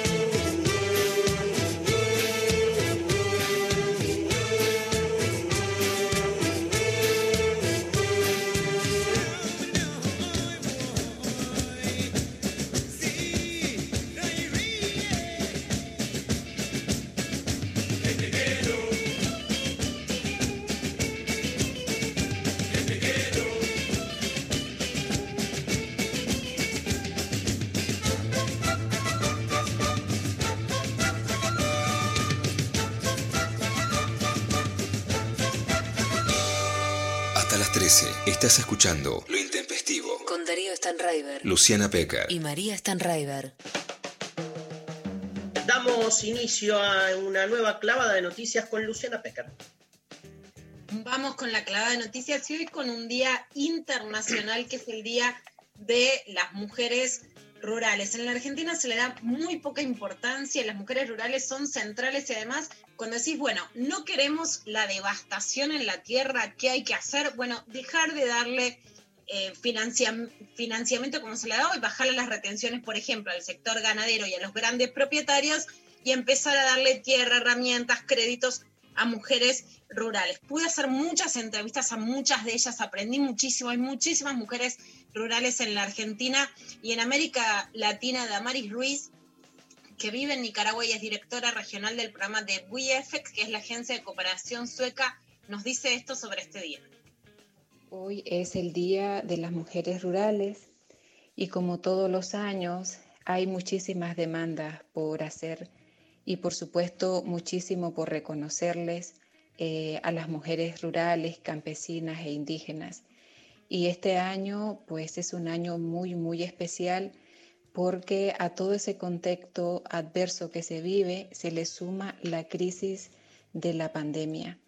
Hasta las trece, estás escuchando Lo Intempestivo. Con Darío Stanraiver Luciana Pecker. y María Stanraiver. Damos inicio a una nueva clavada de noticias con Luciana Pecker. Vamos con la clavada de noticias y hoy con un día internacional que es el Día de las Mujeres Rurales. En la Argentina se le da muy poca importancia, las mujeres rurales son centrales y además cuando decís, bueno, no queremos la devastación en la tierra, ¿qué hay que hacer? Bueno, dejar de darle eh, financia, financiamiento como se le ha dado y bajarle las retenciones, por ejemplo, al sector ganadero y a los grandes propietarios y empezar a darle tierra, herramientas, créditos a mujeres rurales. Pude hacer muchas entrevistas a muchas de ellas, aprendí muchísimo, hay muchísimas mujeres rurales en la Argentina y en América Latina. Damaris Ruiz, que vive en Nicaragua y es directora regional del programa de W I E F E X, que es la agencia de cooperación sueca, nos dice esto sobre este día. Hoy es el Día de las Mujeres Rurales y como todos los años hay muchísimas demandas por hacer y por supuesto muchísimo por reconocerles eh, a las mujeres rurales, campesinas e indígenas. Y este año pues es un año muy muy especial porque a todo ese contexto adverso que se vive se le suma la crisis de la pandemia.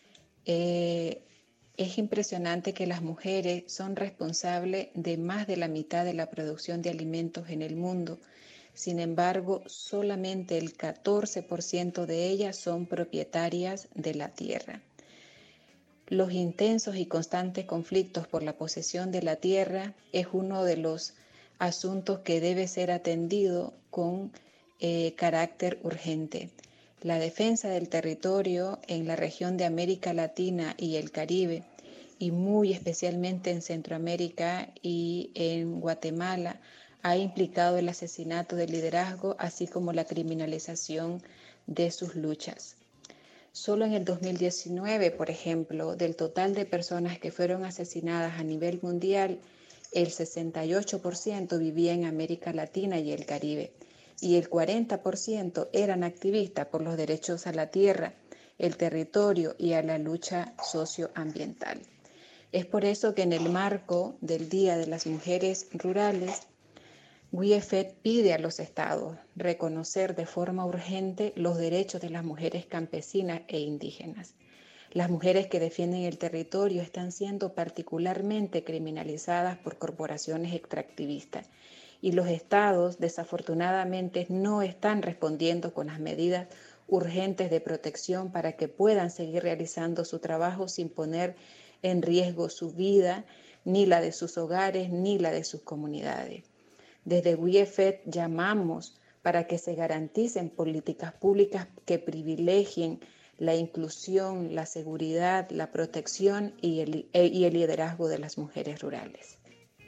Eh, es impresionante que las mujeres son responsables de más de la mitad de la producción de alimentos en el mundo. Sin embargo, solamente el catorce por ciento de ellas son propietarias de la tierra. Los intensos y constantes conflictos por la posesión de la tierra es uno de los asuntos que debe ser atendido con eh, carácter urgente. La defensa del territorio en la región de América Latina y el Caribe, y muy especialmente en Centroamérica y en Guatemala, ha implicado el asesinato del liderazgo, así como la criminalización de sus luchas. Solo en el dos mil diecinueve, por ejemplo, del total de personas que fueron asesinadas a nivel mundial, el sesenta y ocho por ciento vivía en América Latina y el Caribe, y el cuarenta por ciento eran activistas por los derechos a la tierra, el territorio y a la lucha socioambiental. Es por eso que en el marco del Día de las Mujeres Rurales, W I E F E D pide a los estados reconocer de forma urgente los derechos de las mujeres campesinas e indígenas. Las mujeres que defienden el territorio están siendo particularmente criminalizadas por corporaciones extractivistas y los estados desafortunadamente no están respondiendo con las medidas urgentes de protección para que puedan seguir realizando su trabajo sin poner en riesgo su vida, ni la de sus hogares, ni la de sus comunidades. Desde W I E F E D llamamos para que se garanticen políticas públicas que privilegien la inclusión, la seguridad, la protección y el, y el liderazgo de las mujeres rurales.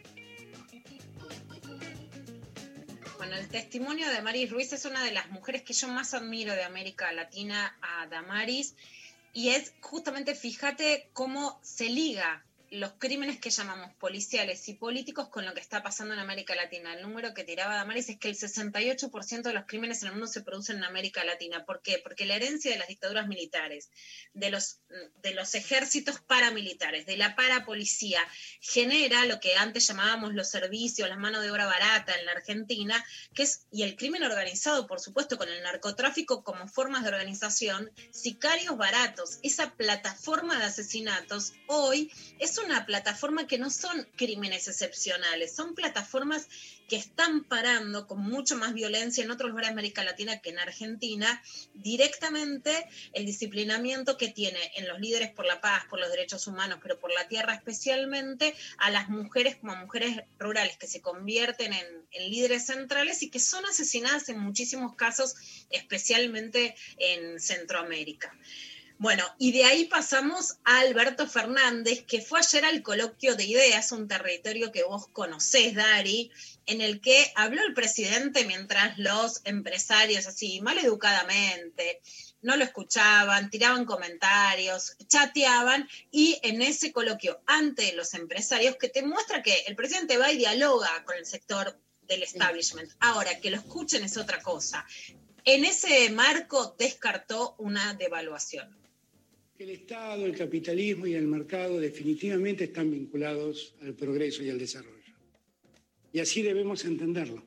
Bueno, el testimonio de Damaris Ruiz es una de las mujeres que yo más admiro de América Latina, a Damaris, y es justamente, fíjate cómo se liga los crímenes que llamamos policiales y políticos con lo que está pasando en América Latina. El número que tiraba Damaris es que el sesenta y ocho por ciento de los crímenes en el mundo se producen en América Latina. ¿Por qué? Porque la herencia de las dictaduras militares, de los, de los ejércitos paramilitares, de la parapolicía, genera lo que antes llamábamos los servicios, la mano de obra barata en la Argentina, que es, y el crimen organizado, por supuesto, con el narcotráfico como formas de organización, sicarios baratos. Esa plataforma de asesinatos hoy es una plataforma que no son crímenes excepcionales, son plataformas que están parando con mucho más violencia en otros lugares de América Latina que en Argentina, directamente el disciplinamiento que tiene en los líderes por la paz, por los derechos humanos, pero por la tierra especialmente, a las mujeres como mujeres rurales que se convierten en, en líderes centrales y que son asesinadas en muchísimos casos, especialmente en Centroamérica. Bueno, y de ahí pasamos a Alberto Fernández, que fue ayer al coloquio de ideas, un territorio que vos conocés, Dari, en el que habló el presidente mientras los empresarios, así maleducadamente, no lo escuchaban, tiraban comentarios, chateaban, y en ese coloquio ante los empresarios, que te muestra que el presidente va y dialoga con el sector del establishment. Ahora, que lo escuchen es otra cosa. En ese marco descartó una devaluación. El Estado, el capitalismo y el mercado definitivamente están vinculados al progreso y al desarrollo. Y así debemos entenderlo.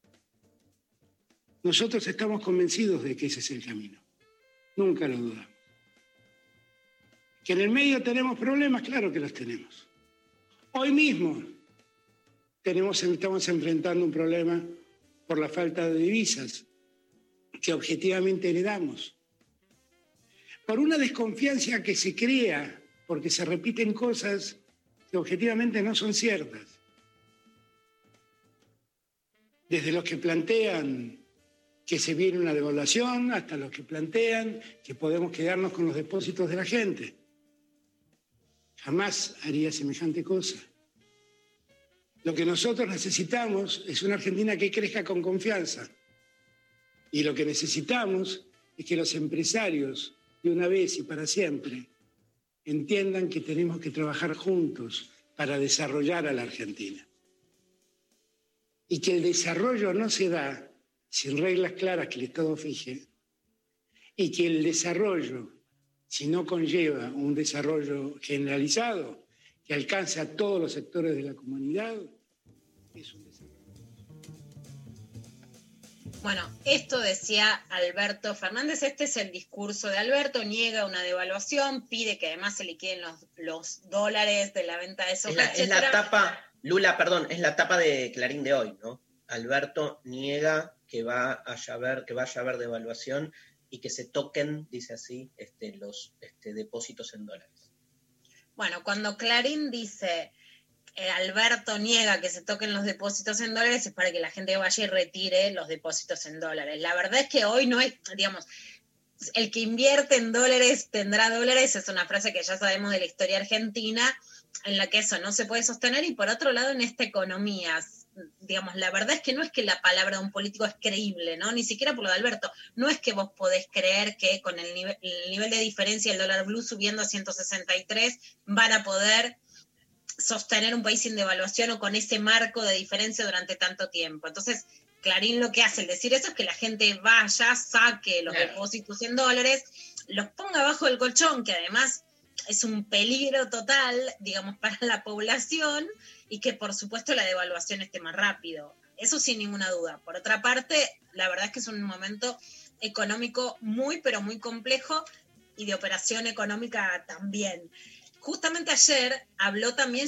Nosotros estamos convencidos de que ese es el camino. Nunca lo dudamos. Que en el medio tenemos problemas, claro que los tenemos. Hoy mismo tenemos, estamos enfrentando un problema por la falta de divisas que objetivamente heredamos. Por una desconfianza que se crea, porque se repiten cosas que objetivamente no son ciertas. Desde los que plantean que se viene una devaluación, hasta los que plantean que podemos quedarnos con los depósitos de la gente. Jamás haría semejante cosa. Lo que nosotros necesitamos es una Argentina que crezca con confianza. Y lo que necesitamos es que los empresarios, de una vez y para siempre, entiendan que tenemos que trabajar juntos para desarrollar a la Argentina. Y que el desarrollo no se da sin reglas claras que el Estado fije, y que el desarrollo, si no conlleva un desarrollo generalizado que alcance a todos los sectores de la comunidad, es un desarrollo. Bueno, esto decía Alberto Fernández, este es el discurso de Alberto, niega una devaluación, pide que además se liquiden los, los dólares de la venta de soja, es la, es la tapa, Lula, perdón, es la tapa de Clarín de hoy, ¿no? Alberto niega que va a haber, que vaya a haber devaluación y que se toquen, dice así, este, los este, depósitos en dólares. Bueno, cuando Clarín dice... Alberto niega que se toquen los depósitos en dólares, es para que la gente vaya y retire los depósitos en dólares. La verdad es que hoy no es, digamos, el que invierte en dólares tendrá dólares, es una frase que ya sabemos de la historia argentina, en la que eso no se puede sostener, y por otro lado en esta economía, digamos, la verdad es que no es que la palabra de un político es creíble, ¿no? Ni siquiera por lo de Alberto, no es que vos podés creer que con el nivel, el nivel de diferencia del dólar blue subiendo a ciento sesenta y tres van a poder sostener un país sin devaluación o con ese marco de diferencia durante tanto tiempo. Entonces, Clarín lo que hace al decir eso es que la gente vaya, saque los claro. depósitos en dólares, los ponga abajo del colchón, que además es un peligro total, digamos, para la población y que por supuesto la devaluación esté más rápido. Eso sin ninguna duda. Por otra parte, la verdad es que es un momento económico muy, pero muy complejo y de operación económica también. Justamente ayer habló también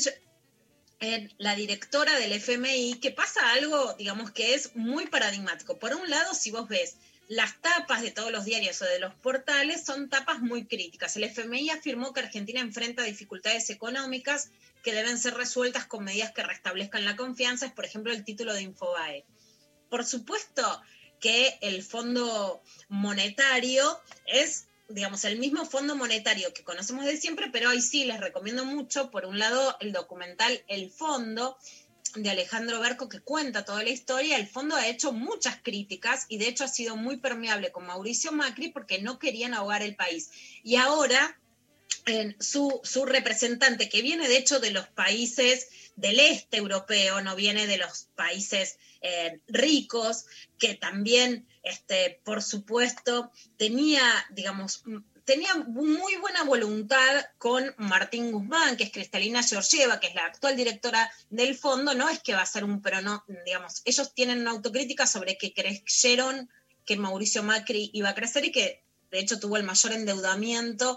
eh, la directora del F M I, que pasa algo, digamos, que es muy paradigmático. Por un lado, si vos ves las tapas de todos los diarios o de los portales, son tapas muy críticas. El F M I afirmó que Argentina enfrenta dificultades económicas que deben ser resueltas con medidas que restablezcan la confianza, es por ejemplo el título de Infobae. Por supuesto que el Fondo Monetario es, digamos, el mismo Fondo Monetario que conocemos de siempre, pero hoy sí les recomiendo mucho, por un lado, el documental El Fondo, de Alejandro Berco, que cuenta toda la historia. El fondo ha hecho muchas críticas y de hecho ha sido muy permeable con Mauricio Macri porque no querían ahogar el país. Y ahora eh, su, su representante, que viene de hecho de los países del este europeo, no viene de los países eh, ricos, que también, este, por supuesto, tenía, digamos, tenía muy buena voluntad con Martín Guzmán, que es Cristalina Georgieva, que es la actual directora del fondo. No es que va a ser un, pero no, digamos, ellos tienen una autocrítica sobre que creyeron que Mauricio Macri iba a crecer y que de hecho tuvo el mayor endeudamiento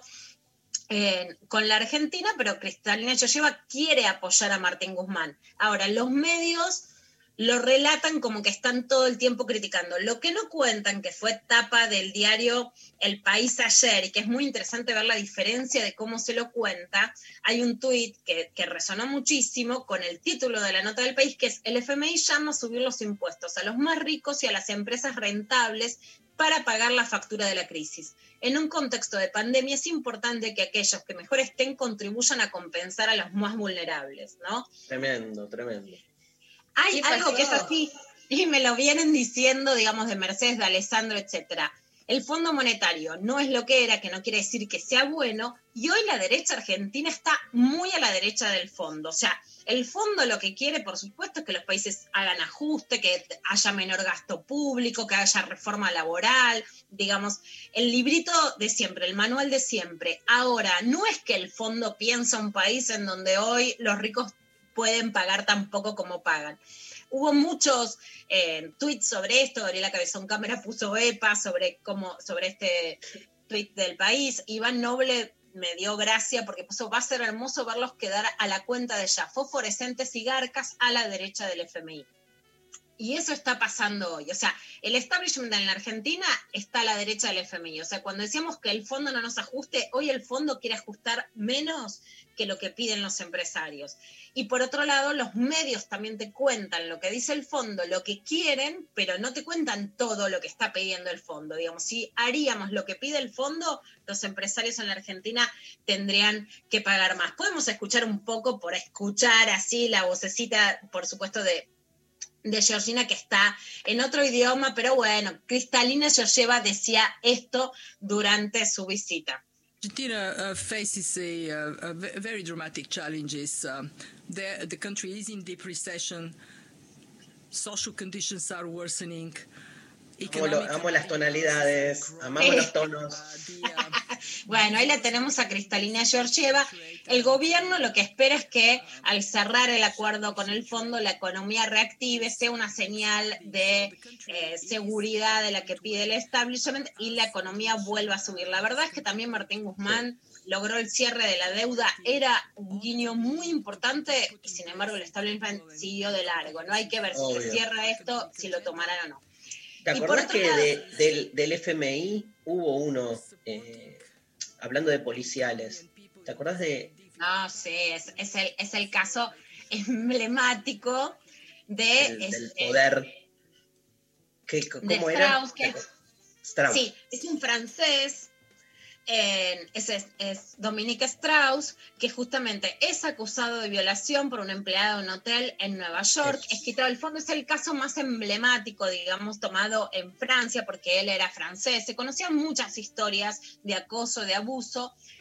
eh, con la Argentina, pero Cristalina Georgieva quiere apoyar a Martín Guzmán. Ahora, los medios lo relatan como que están todo el tiempo criticando. Lo que no cuentan, que fue tapa del diario El País ayer, y que es muy interesante ver la diferencia de cómo se lo cuenta, hay un tuit que, que resonó muchísimo con el título de la nota del País, que es: el F M I llama a subir los impuestos a los más ricos y a las empresas rentables para pagar la factura de la crisis. En un contexto de pandemia es importante que aquellos que mejor estén contribuyan a compensar a los más vulnerables, ¿no? Tremendo, tremendo. Hay algo que es así, y me lo vienen diciendo, digamos, de Mercedes, de Alessandro, etcétera. El Fondo Monetario no es lo que era, que no quiere decir que sea bueno, y hoy la derecha argentina está muy a la derecha del fondo. O sea, el fondo lo que quiere, por supuesto, es que los países hagan ajuste, que haya menor gasto público, que haya reforma laboral, digamos, el librito de siempre, el manual de siempre. Ahora, no es que el fondo piensa un país en donde hoy los ricos pueden pagar tan poco como pagan. Hubo muchos eh, tweets sobre esto. Gabriela Cabezón Cámara puso E P A sobre, cómo, sobre este tweet del País. Iván Noble me dio gracia porque puso: va a ser hermoso verlos quedar a la cuenta de ya, fosforescentes y garcas a la derecha del F M I. Y eso está pasando hoy. O sea, el establishment en la Argentina está a la derecha del F M I. O sea, cuando decíamos que el fondo no nos ajuste, hoy el fondo quiere ajustar menos que lo que piden los empresarios. Y por otro lado, los medios también te cuentan lo que dice el fondo, lo que quieren, pero no te cuentan todo lo que está pidiendo el fondo. Digamos, si haríamos lo que pide el fondo, los empresarios en la Argentina tendrían que pagar más. Podemos escuchar un poco, por escuchar así la vocecita, por supuesto, de... de Georgina, que está en otro idioma, pero bueno, Cristalina Georgieva decía esto durante su visita. Argentina uh, faces a, a, a very dramatic challenges. Um, the, the country is in deep recession. Social conditions are worsening. Amo, lo, amo las tonalidades, amamos los tonos. Bueno, ahí la tenemos a Cristalina Georgieva. El gobierno lo que espera es que al cerrar el acuerdo con el fondo, la economía reactive, sea una señal de eh, seguridad de la que pide el establishment y la economía vuelva a subir. La verdad es que también Martín Guzmán logró el cierre de la deuda, era un guiño muy importante y sin embargo el establishment siguió de largo. No hay que ver si se cierra esto, si lo tomarán o no. ¿Te acordás que lado, de, del, del F M I hubo uno, eh, hablando de policiales, ¿te acordás de...? No, sí, es, es, el, es el caso emblemático de... El, es, del poder. Eh, ¿Qué, ¿Cómo de era? Strauss, que es, Strauss. Sí, es un francés, eh, es, es, es Dominique Strauss, que justamente es acusado de violación por un empleado de un hotel en Nueva York. Es quitado el fondo, es el caso más emblemático, digamos, tomado en Francia, porque él era francés. Se conocían muchas historias de acoso, de abuso.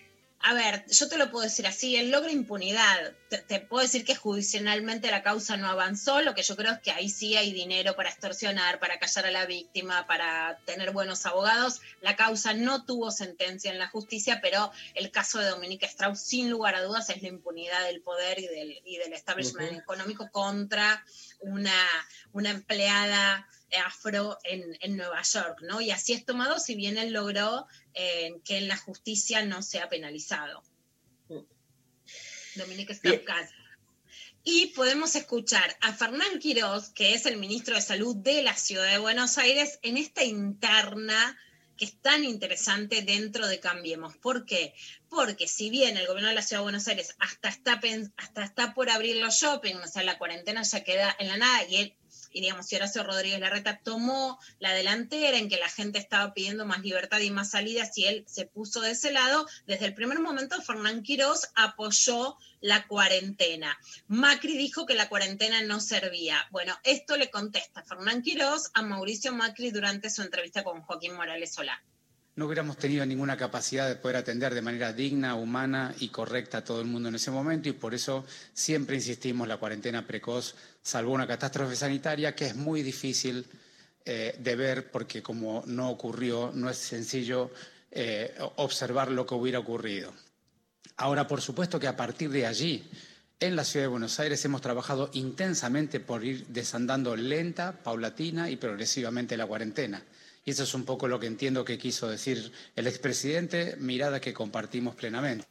A ver, yo te lo puedo decir así, el logro impunidad, te, te puedo decir que judicialmente la causa no avanzó, lo que yo creo es que ahí sí hay dinero para extorsionar, para callar a la víctima, para tener buenos abogados. La causa no tuvo sentencia en la justicia, pero el caso de Dominique Strauss, sin lugar a dudas, es la impunidad del poder y del, y del establishment uh-huh. económico contra una, una empleada afro en, en Nueva York, ¿no? Y así es tomado, si bien él logró eh, que en la justicia no sea penalizado. Dominique Strauss. Y podemos escuchar a Fernán Quiroz, que es el ministro de Salud de la Ciudad de Buenos Aires, en esta interna que es tan interesante dentro de Cambiemos. ¿Por qué? Porque si bien el gobierno de la Ciudad de Buenos Aires hasta está, hasta está por abrir los shopping, o sea, la cuarentena ya queda en la nada, y él y digamos, si Horacio Rodríguez Larreta tomó la delantera en que la gente estaba pidiendo más libertad y más salidas, y él se puso de ese lado, desde el primer momento Fernán Quiroz apoyó la cuarentena. Macri dijo que la cuarentena no servía. Bueno, esto le contesta Fernán Quiroz a Mauricio Macri durante su entrevista con Joaquín Morales Solá. No hubiéramos tenido ninguna capacidad de poder atender de manera digna, humana y correcta a todo el mundo en ese momento, y por eso siempre insistimos, la cuarentena precoz salvó una catástrofe sanitaria que es muy difícil eh, de ver, porque como no ocurrió, no es sencillo eh, observar lo que hubiera ocurrido. Ahora, por supuesto que a partir de allí, en la Ciudad de Buenos Aires hemos trabajado intensamente por ir desandando lenta, paulatina y progresivamente la cuarentena. Y eso es un poco lo que entiendo que quiso decir el expresidente, mirada que compartimos plenamente.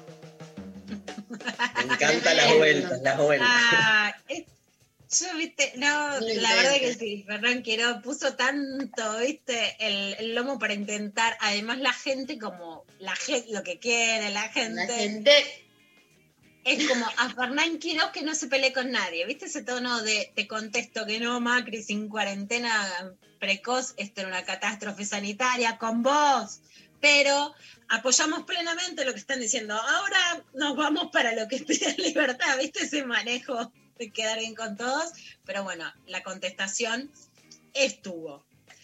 Me encantan las vueltas, las vueltas. Ah, es, yo, viste, no, no la verdad que sí, Fernán Quiroz puso tanto, viste, el, el lomo para intentar, además la gente como, la gente, lo que quiere la gente. La gente... Es como a Fernán Quiroz que no se pelee con nadie, ¿viste ese tono de te contesto que no, Macri, sin cuarentena precoz, esto era una catástrofe sanitaria con vos? Pero apoyamos plenamente lo que están diciendo. Ahora nos vamos para lo que es libertad, ¿viste ese manejo de quedar bien con todos? Pero bueno, la contestación estuvo.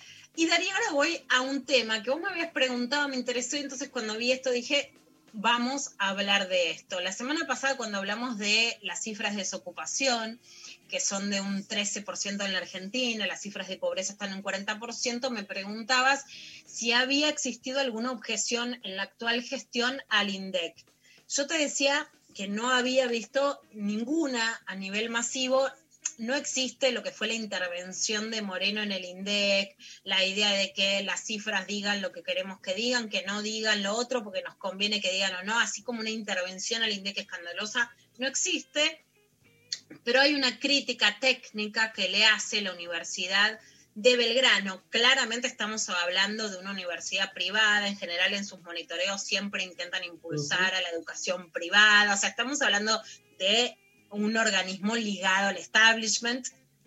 Y Darío, ahora voy a un tema que vos me habías preguntado, me interesó, y entonces cuando vi esto dije... Vamos a hablar de esto. La semana pasada, cuando hablamos de las cifras de desocupación, que son de un trece por ciento en la Argentina, las cifras de pobreza están en un cuarenta por ciento, me preguntabas si había existido alguna objeción en la actual gestión al INDEC. Yo te decía que no había visto ninguna a nivel masivo. No existe lo que fue la intervención de Moreno en el INDEC, la idea de que las cifras digan lo que queremos que digan, que no digan lo otro porque nos conviene que digan o no, así como una intervención al INDEC escandalosa, no existe, pero hay una crítica técnica que le hace la Universidad de Belgrano. Claramente estamos hablando de una universidad privada, en general en sus monitoreos siempre intentan impulsar uh-huh. a la educación privada, o sea, estamos hablando de un organismo ligado al establishment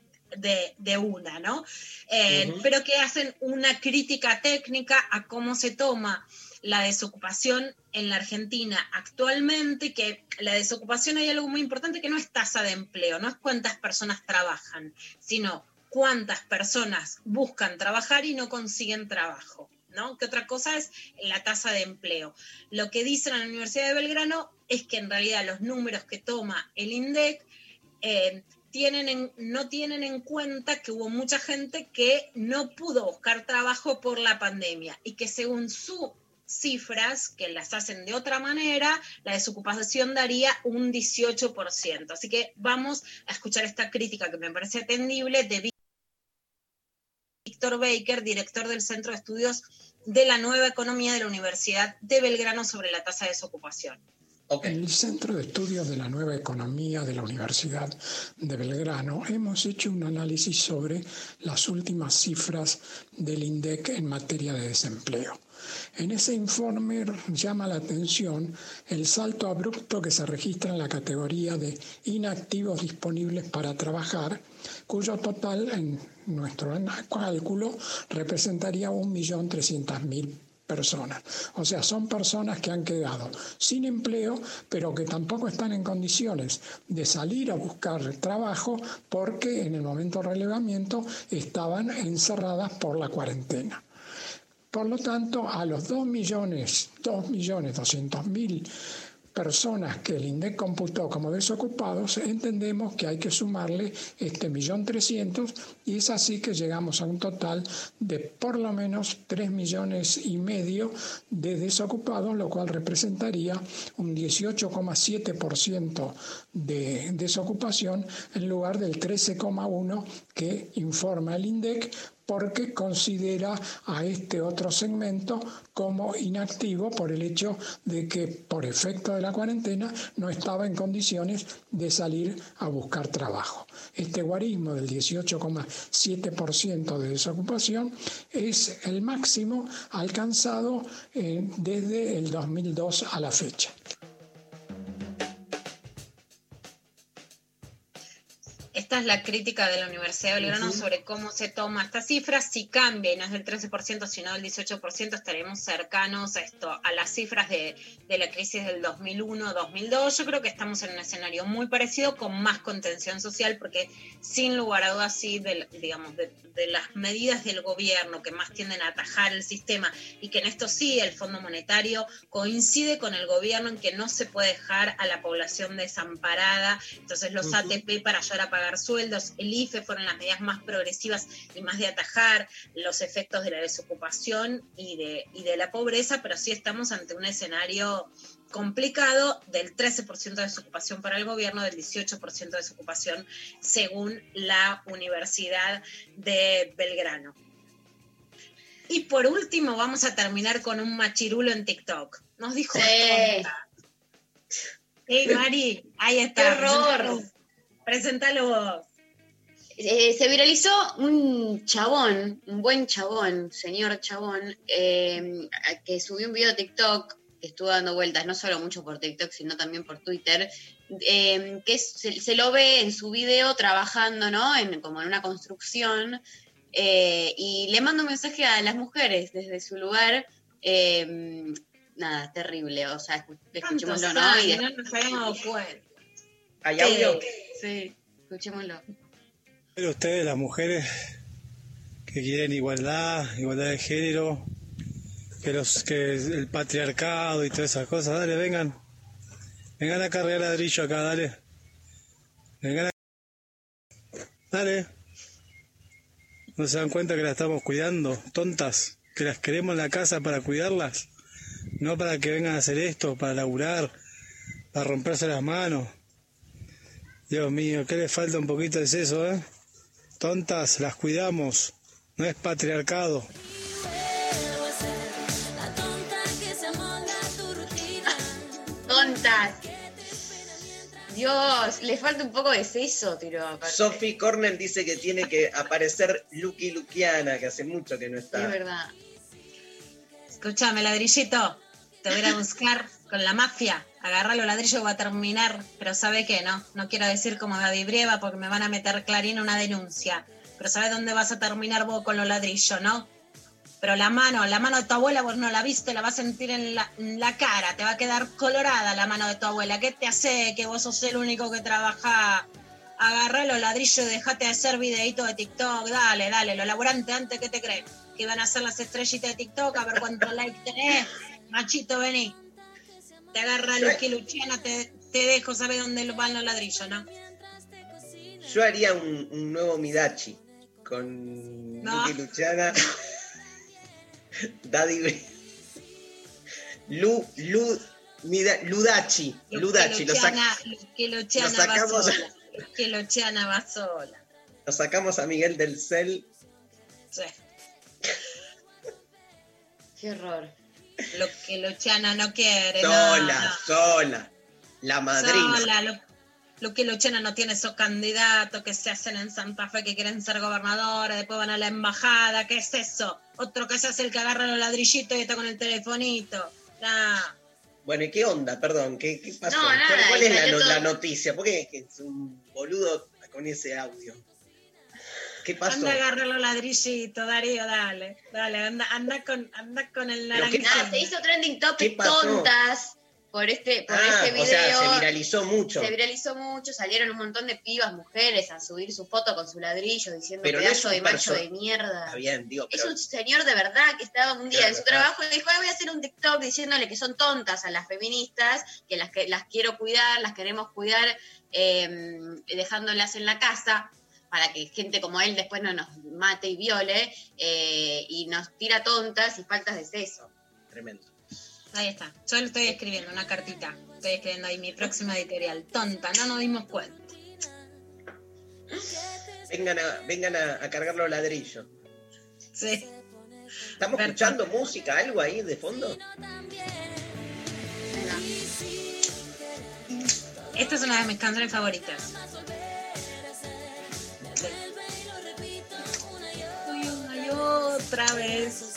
de, de una, ¿no? Eh, uh-huh. Pero que hacen una crítica técnica a cómo se toma la desocupación en la Argentina actualmente, que la desocupación hay algo muy importante que no es tasa de empleo, no es cuántas personas trabajan, sino cuántas personas buscan trabajar y no consiguen trabajo, ¿no? Que otra cosa es la tasa de empleo. Lo que dicen en la Universidad de Belgrano es que en realidad los números que toma el INDEC eh, tienen en, no tienen en cuenta que hubo mucha gente que no pudo buscar trabajo por la pandemia y que según sus cifras, que las hacen de otra manera, la desocupación daría un dieciocho por ciento. Así que vamos a escuchar esta crítica que me parece atendible de Víctor Baker, director del Centro de Estudios de la Nueva Economía de la Universidad de Belgrano sobre la tasa de desocupación. Okay. En el Centro de Estudios de la Nueva Economía de la Universidad de Belgrano hemos hecho un análisis sobre las últimas cifras del INDEC en materia de desempleo. En ese informe llama la atención el salto abrupto que se registra en la categoría de inactivos disponibles para trabajar, cuyo total en nuestro cálculo representaría un millón trescientas mil personas. O sea, son personas que han quedado sin empleo, pero que tampoco están en condiciones de salir a buscar trabajo porque en el momento del relevamiento estaban encerradas por la cuarentena. Por lo tanto, a los dos millones, dos millones doscientos mil personas que el INDEC computó como desocupados, entendemos que hay que sumarle este millón trescientos y es así que llegamos a un total de por lo menos tres millones y medio de desocupados, lo cual representaría un dieciocho coma siete por ciento de desocupación en lugar del trece coma uno por ciento que informa el INDEC, porque considera a este otro segmento como inactivo por el hecho de que por efecto de la cuarentena no estaba en condiciones de salir a buscar trabajo. Este guarismo del dieciocho coma siete por ciento de desocupación es el máximo alcanzado eh, desde el dos mil dos a la fecha. Esta es la crítica de la Universidad de Belgrano uh-huh. sobre cómo se toma esta cifra. Si cambia y no es del trece por ciento, sino del dieciocho por ciento, estaremos cercanos a esto, a las cifras de, de la crisis del dos mil uno dos mil dos. Yo creo que estamos en un escenario muy parecido, con más contención social, porque sin lugar a dudas, sí, de, digamos, de, de las medidas del gobierno que más tienden a atajar el sistema, y que en esto sí el Fondo Monetario coincide con el gobierno en que no se puede dejar a la población desamparada. Entonces los uh-huh. A T P para ayudar a pagar sueldos, el I F E fueron las medidas más progresivas y más de atajar los efectos de la desocupación y de, y de la pobreza, pero sí estamos ante un escenario complicado del trece por ciento de desocupación para el gobierno, del dieciocho por ciento de desocupación según la Universidad de Belgrano. Y por último vamos a terminar con un machirulo en TikTok. Nos dijo sí. tonta. Hey Mari, ahí está. ¡Qué horror! Preséntalo vos. Eh, se viralizó un chabón, un buen chabón, señor chabón, eh, que subió un video de TikTok, que estuvo dando vueltas, no solo mucho por TikTok, sino también por Twitter, eh, que se, se lo ve en su video trabajando, ¿no? En, como en una construcción, eh, y le manda un mensaje a las mujeres desde su lugar. Eh, nada, terrible, o sea, escuchémoslo, ¿no? Y no nos habíamos dado cuenta. ¿Hay audio? Sí, escuchémoslo. Pero ustedes, las mujeres que quieren igualdad, igualdad de género, que los que el patriarcado y todas esas cosas, dale, vengan. Vengan a cargar ladrillo acá, dale. Vengan a... Dale. ¿No se dan cuenta que las estamos cuidando? Tontas, que las queremos en la casa para cuidarlas, no para que vengan a hacer esto, para laburar, para romperse las manos. Dios mío, ¿qué le falta un poquito de eso, eh? Tontas, las cuidamos, no es patriarcado. Tontas. Dios, le falta un poco de seso, tiro. Sophie Cornell dice que tiene que aparecer Lucky Luciana, que hace mucho que no está. Es verdad. Escúchame, ladrillito, te voy a ir a buscar con la mafia. Agarra los ladrillos que va a terminar, pero ¿sabe qué? No, no quiero decir como Gaby Brieva porque me van a meter Clarín una denuncia. Pero ¿sabe dónde vas a terminar vos con los ladrillos, no? Pero la mano, la mano de tu abuela vos no la viste, la vas a sentir en la, en la cara, te va a quedar colorada la mano de tu abuela. ¿Qué te hace que vos sos el único que trabaja? Agarrá los ladrillos y dejate de hacer videitos de TikTok, dale, dale, los laburantes antes, ¿qué te creen? Que iban a hacer las estrellitas de TikTok, a ver cuántos likes tenés. Machito, vení. Te agarra Lucky Luciana, te, te dejo, ¿sabes dónde van los ladrillos, no? Yo haría un, un nuevo Midachi con no. Lucky Luciana, Daddy, Lu, Lu, Mida, Ludachi, Ludachi, Luciana, lo, sac, Lucky Luciana lo sacamos, va sola. Lucky Luciana va sola. Lo sacamos a Miguel del Cel. Sí. Qué horror. Lo que Luciana no quiere. Sola, no, no. sola. La madrina. Sola. Lo, lo que Luciana no tiene esos candidatos que se hacen en Santa Fe que quieren ser gobernadores, después van a la embajada. ¿Qué es eso? Otro que se hace el que agarra los ladrillitos y está con el telefonito. Nah. Bueno, ¿y qué onda? Perdón, ¿qué, qué pasó? No, nada, ¿Cuál es la, todo... la noticia? ¿Por qué es un boludo con ese audio? ¿Qué pasó? Anda a agarrar los ladrillitos, Darío, dale. Dale, anda, anda, con, anda con el naranja. Nada, se hizo trending topic tontas. por este, por Ah, este video. o sea, se viralizó mucho. Se viralizó mucho, salieron un montón de pibas, mujeres, a subir su foto con su ladrillo diciendo Pero no es pedazo un de macho perso- de mierda. Está bien, digo, Es pero un señor de verdad que estaba un día Claro, en su claro. trabajo y dijo, "Ay, voy a hacer un TikTok diciéndole que son tontas a las feministas, que las, que las quiero cuidar, las queremos cuidar, eh, dejándolas en la casa, para que gente como él después no nos mate y viole, eh, y nos tira tontas y faltas de seso". tremendo. Ahí está. Yo le estoy escribiendo una cartita. Estoy escribiendo ahí mi próxima editorial. Tonta, no nos dimos cuenta. Vengan a, vengan a, a cargar los ladrillos. Sí. ¿Estamos escuchando música, algo ahí de fondo? Esta es una de mis canciones favoritas. Uy, una y otra vez.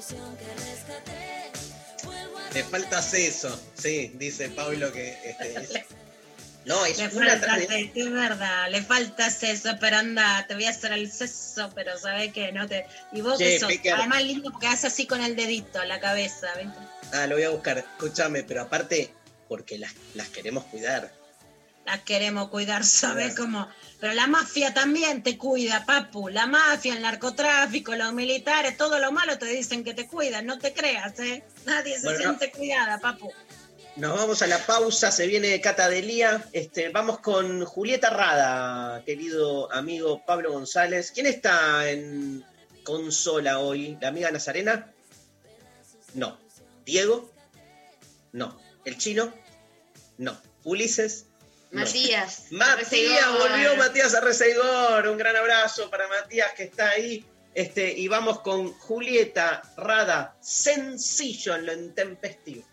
Le falta seso, sí, dice Pablo que este, es- no, es Le una falta atrás de- seso, es verdad, le falta seso, pero anda, te voy a hacer el seso, pero sabes que no te... Y vos Che, que sos, Pecker. además lindo porque haces así con el dedito a la cabeza, ¿viste? Ah, lo voy a buscar, escúchame, pero aparte, porque las, las queremos cuidar. Las queremos cuidar, ¿sabes cómo? Pero la mafia también te cuida, papu. La mafia, el narcotráfico, los militares, todo lo malo te dicen que te cuidan, no te creas, ¿eh? Nadie se Bueno, siente cuidada, papu. Nos vamos a la pausa, se viene Cata Delía. Este, vamos con Julieta Rada, querido amigo Pablo González. ¿Quién está en consola hoy? ¿La amiga Nazarena? No. ¿Diego? No. ¿El Chino? No. ¿Ulises? No. Matías. Matías, Arrecegor. volvió Matías Arrecegor. Un gran abrazo para Matías que está ahí. Este, y vamos con Julieta Rada, sencillo en lo intempestivo.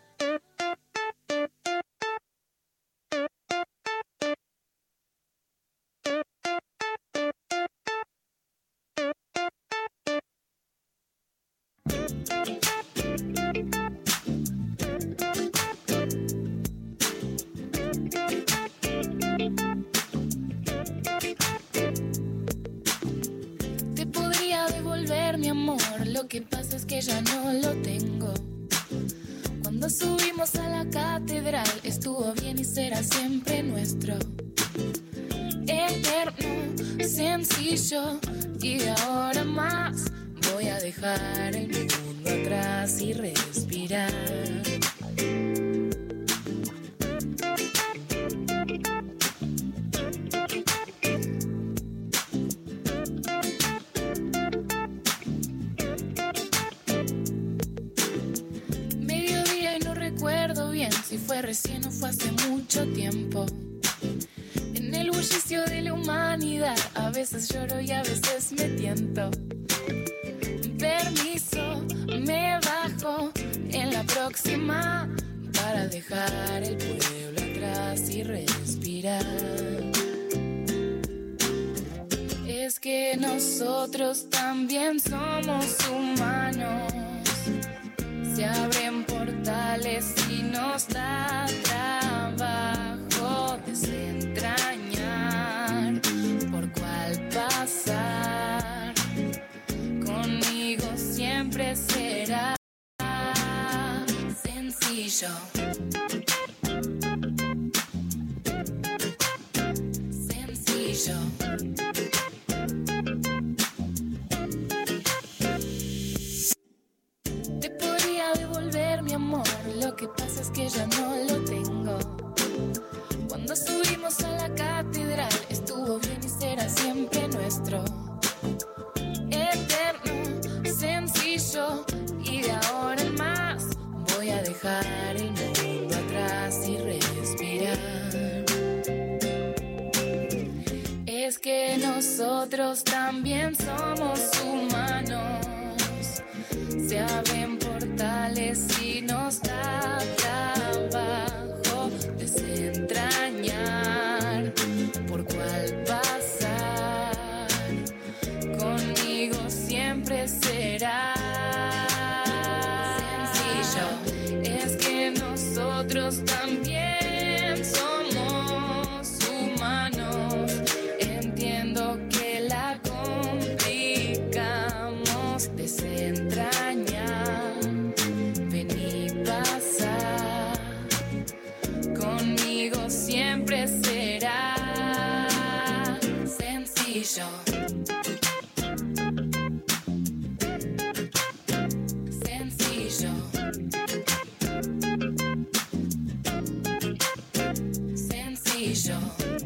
Te podría devolver mi amor, lo que pasa es que ya no lo tengo. Cuando subimos a la catedral estuvo bien y será siempre nuestro. Eterno, sencillo, y de ahora más voy a dejar el mundo atrás y respirar. Mediodía y no recuerdo bien si fue recién o fue hace mucho tiempo. En el bullicio de la humanidad a veces lloro y a veces me tiento. Permiso, me bajo en la próxima para dejar el pueblo atrás y respirar. Es que nosotros también somos humanos. Se abren portales y nos da trabajo desentrañar por cuál pasar. Conmigo siempre será sencillo. Sencillo. Te podría devolver mi amor, lo que pasa es que ya no lo tengo. Cuando subimos a la catedral estuvo bien y será siempre nuestro. Eterno, sencillo, y de ahora en más voy a dejar el mundo atrás y respirar. Es que nosotros también somos humanos. Se abren portales y nos da trabajo desentrañar por cuál pasar. Conmigo siempre será sencillo. Es que nosotros también somos humanos. Entiendo que la complicamos desentrañar. Ven y pasa Sencillo. Sencillo. Sencillo.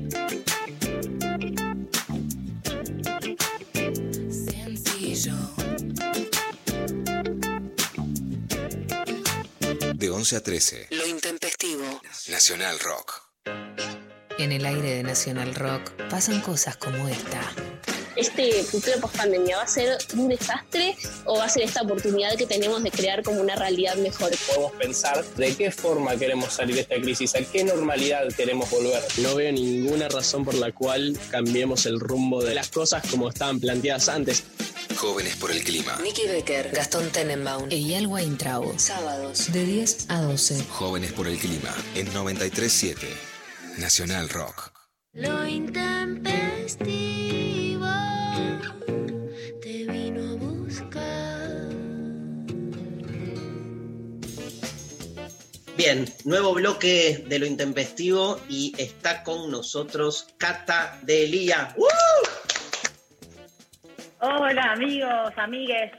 Sencillo. De once a trece. Lo intempestivo. Nacional Rock. En el aire de Nacional Rock pasan cosas como esta. ¿Este futuro post-pandemia va a ser un desastre o va a ser esta oportunidad que tenemos de crear como una realidad mejor? Podemos pensar de qué forma queremos salir de esta crisis, a qué normalidad queremos volver. No veo ninguna razón por la cual cambiemos el rumbo de las cosas como estaban planteadas antes. Jóvenes por el clima. Nicky Becker, Gastón Tenenbaum, Eyal Weintraub. Sábados de diez a doce. Jóvenes por el clima en noventa y tres punto siete. Nacional Rock. Lo intempestivo te vino a buscar. Bien, nuevo bloque de Lo Intempestivo y está con nosotros Cata Delía. ¡Uh! Hola amigos, amigues.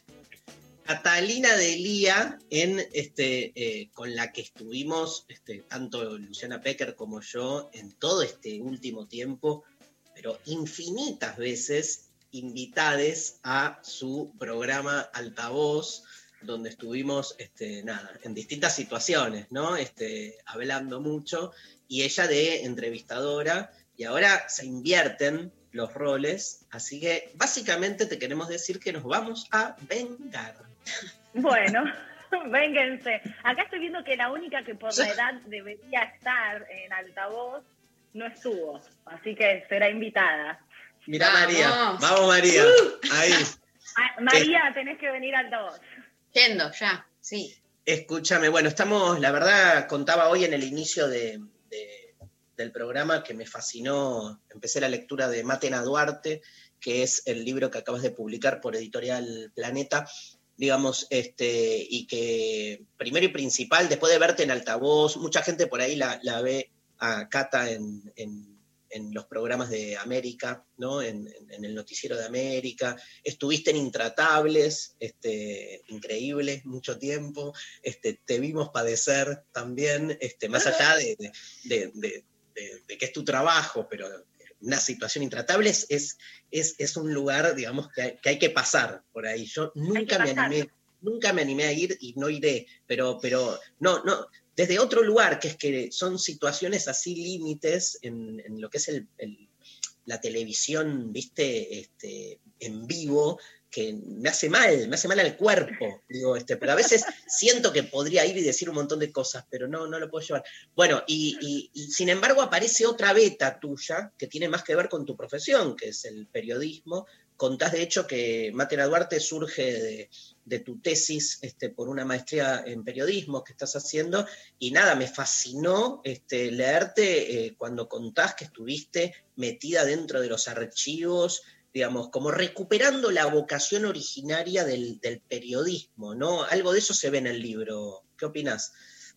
Catalina Delía, en este, eh, con la que estuvimos, este, tanto Luciana Pecker como yo, en todo este último tiempo, pero infinitas veces invitades a su programa Altavoz, donde estuvimos, este, nada, en distintas situaciones, ¿no? Este, hablando mucho, y ella de entrevistadora, y ahora se invierten los roles, así que básicamente te queremos decir que nos vamos a vengar. Bueno, vénganse. Acá estoy viendo que la única que por la edad debería estar en Altavoz no estuvo, así que será invitada. Mirá, María, vamos María, Uh. ahí. Ah, María, tenés que venir a Altavoz. Yendo, ya, sí. Escúchame, bueno, estamos, la verdad, contaba hoy en el inicio de, de, del programa que me fascinó, empecé la lectura de Matena Duarte, que es el libro que acabas de publicar por Editorial Planeta, digamos, este, y que primero y principal, después de verte en Altavoz, mucha gente por ahí la, la ve a Cata en, en, en los programas de América, ¿no? En, en, en el noticiero de América, estuviste en Intratables, este, increíble, mucho tiempo, este, te vimos padecer también, este, más allá de, de, de, de, de, de que es tu trabajo, pero una situación intratable es, es, es un lugar, digamos, que hay, que hay que pasar por ahí. Yo nunca me animé, nunca me animé a ir y no iré, pero, pero no, no, desde otro lugar, que es que son situaciones así límites en, en lo que es el, el, la televisión, viste, este, en vivo, que me hace mal, me hace mal al cuerpo, digo, este, pero a veces siento que podría ir y decir un montón de cosas, pero no, no lo puedo llevar. Bueno, y, y, y sin embargo aparece otra beta tuya, que tiene más que ver con tu profesión, que es el periodismo. Contás, de hecho, que Matena Duarte surge de, de tu tesis este, por una maestría en periodismo que estás haciendo, y nada, me fascinó este, leerte eh, cuando contás que estuviste metida dentro de los archivos, digamos, como recuperando la vocación originaria del, del periodismo, ¿no? Algo de eso se ve en el libro. ¿Qué opinás?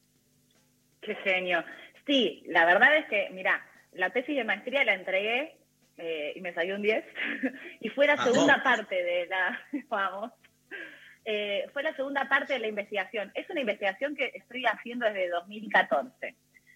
Qué genio. Sí, la verdad es que, mira, la tesis de maestría la entregué eh, y me salió un diez, y fue la Vamos. segunda parte de la, vamos, eh, fue la segunda parte de la investigación. Es una investigación que estoy haciendo desde dos mil catorce.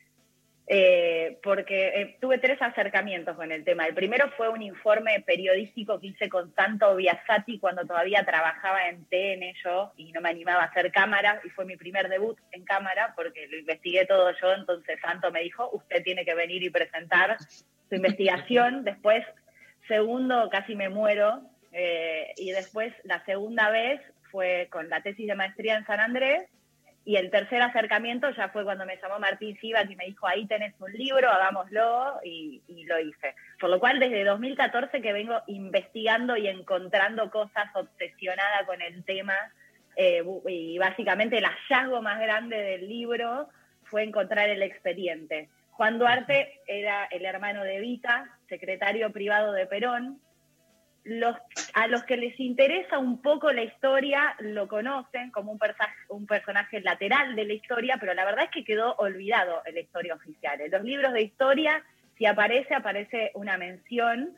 Eh, porque eh, tuve tres acercamientos con el tema. El primero fue un informe periodístico que hice con Santo Biasati cuando todavía trabajaba en T N yo y no me animaba a hacer cámara, y fue mi primer debut en cámara porque lo investigué todo yo. Entonces Santo me dijo, usted tiene que venir y presentar su investigación. Después, segundo, casi me muero, eh, y después la segunda vez fue con la tesis de maestría en San Andrés. Y el tercer acercamiento ya fue cuando me llamó Martín Sivak y me dijo, ahí tenés un libro, hagámoslo, y, y lo hice. Por lo cual, desde dos mil catorce que vengo investigando y encontrando cosas, obsesionada con el tema, eh, y básicamente el hallazgo más grande del libro fue encontrar el expediente. Juan Duarte era el hermano de Evita, secretario privado de Perón. Los, a los que les interesa un poco la historia lo conocen como un, persa, un personaje lateral de la historia, pero la verdad es que quedó olvidado en la historia oficial. En los libros de historia, si aparece, aparece una mención,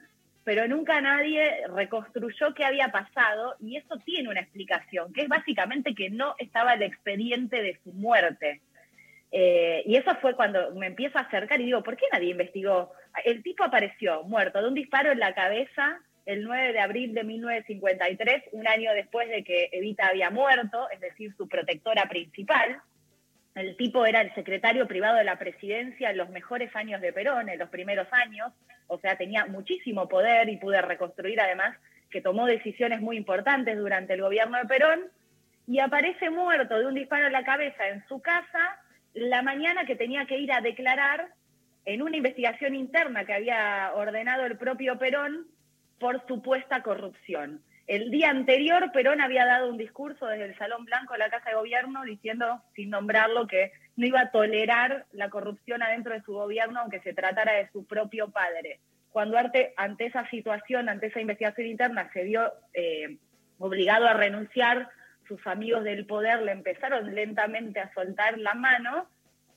pero nunca nadie reconstruyó qué había pasado, y eso tiene una explicación, que es básicamente que no estaba el expediente de su muerte. Eh, y eso fue cuando me empiezo a acercar y digo, ¿por qué nadie investigó? El tipo apareció muerto de un disparo en la cabeza el nueve de abril de mil novecientos cincuenta y tres, un año después de que Evita había muerto, es decir, su protectora principal. El tipo era el secretario privado de la presidencia en los mejores años de Perón, en los primeros años, o sea, tenía muchísimo poder y pude reconstruir además que tomó decisiones muy importantes durante el gobierno de Perón, y aparece muerto de un disparo en la cabeza en su casa la mañana que tenía que ir a declarar en una investigación interna que había ordenado el propio Perón por supuesta corrupción. El día anterior, Perón había dado un discurso desde el Salón Blanco de la Casa de Gobierno diciendo, sin nombrarlo, que no iba a tolerar la corrupción adentro de su gobierno, aunque se tratara de su propio padre. Cuando ante, ante esa situación, ante esa investigación interna, se vio eh, obligado a renunciar, sus amigos del poder le empezaron lentamente a soltar la mano,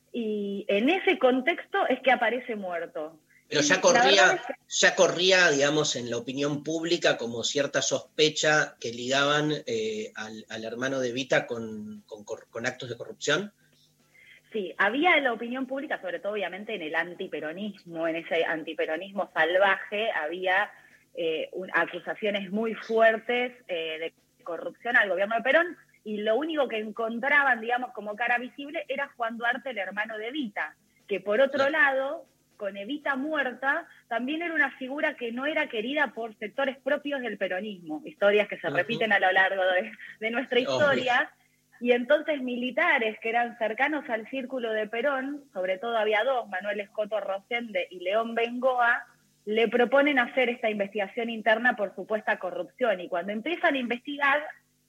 y en ese contexto es que aparece muerto. Pero ya corría, ya corría, digamos, en la opinión pública como cierta sospecha que ligaban eh, al, al hermano de Evita con, con, con actos de corrupción. Sí, había en la opinión pública, sobre todo obviamente en el antiperonismo, en ese antiperonismo salvaje, había eh, un, acusaciones muy fuertes eh, de corrupción al gobierno de Perón, y lo único que encontraban, digamos, como cara visible era Juan Duarte, el hermano de Evita, que por otro sí. lado, con Evita muerta, también era una figura que no era querida por sectores propios del peronismo, historias que se uh-huh. repiten a lo largo de, de nuestra historia, oh, y entonces militares que eran cercanos al círculo de Perón, sobre todo había dos, Manuel Escoto Rosende y León Bengoa, le proponen hacer esta investigación interna por supuesta corrupción, y cuando empiezan a investigar,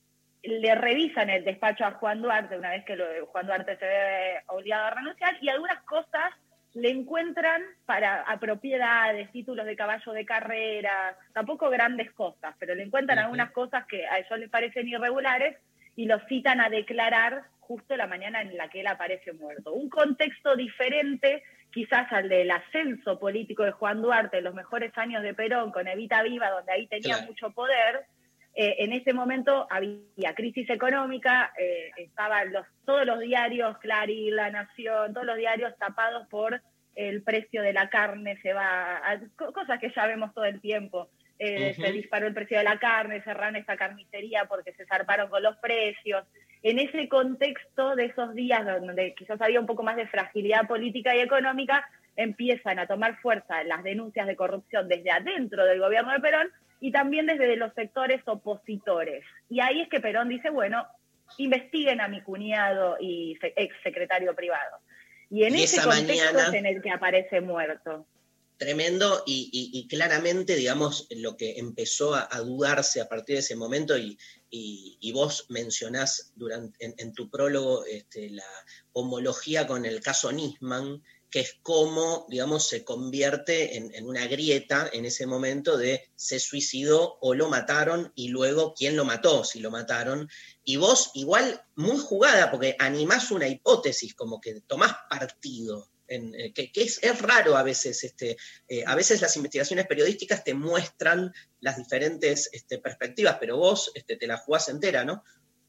le revisan el despacho a Juan Duarte, una vez que lo, Juan Duarte se ve obligado a renunciar, y algunas cosas le encuentran para a propiedades, títulos de caballo de carrera, tampoco grandes cosas, pero le encuentran uh-huh. algunas cosas que a ellos les parecen irregulares, y lo citan a declarar justo la mañana en la que él aparece muerto. Un contexto diferente quizás al del ascenso político de Juan Duarte en los mejores años de Perón, con Evita viva, donde ahí tenía claro. mucho poder. Eh, en ese momento había crisis económica, eh, estaban los, todos los diarios, Clarín, La Nación, todos los diarios tapados por el precio de la carne, se va a, cosas que ya vemos todo el tiempo. Eh, uh-huh. Se disparó el precio de la carne, cerraron esta carnicería porque se zarparon con los precios. En ese contexto de esos días donde quizás había un poco más de fragilidad política y económica, empiezan a tomar fuerza las denuncias de corrupción desde adentro del gobierno de Perón, y también desde los sectores opositores. Y ahí es que Perón dice, bueno, investiguen a mi cuñado y ex secretario privado. Y en y ese contexto mañana, es en el que aparece muerto. Tremendo, y, y, y claramente, digamos, lo que empezó a, a dudarse a partir de ese momento, y, y, y vos mencionás durante, en, en tu prólogo este, la homología con el caso Nisman, que es cómo, digamos, se convierte en, en una grieta en ese momento de se suicidó o lo mataron, y luego quién lo mató, si lo mataron. Y vos igual muy jugada, porque animás una hipótesis, como que tomás partido, en, eh, que, que es, es raro a veces. Este, eh, a veces las investigaciones periodísticas te muestran las diferentes este, perspectivas, pero vos este, te la jugás entera, ¿no?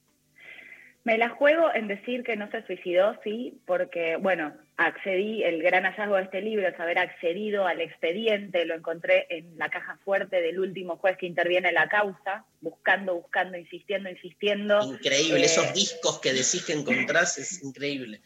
Me la juego en decir que no se suicidó, sí, porque, bueno, accedí, el gran hallazgo de este libro es haber accedido al expediente, lo encontré en la caja fuerte del último juez que interviene en la causa, buscando, buscando, insistiendo, insistiendo. Increíble, eh, esos discos que decís que encontrás, es increíble.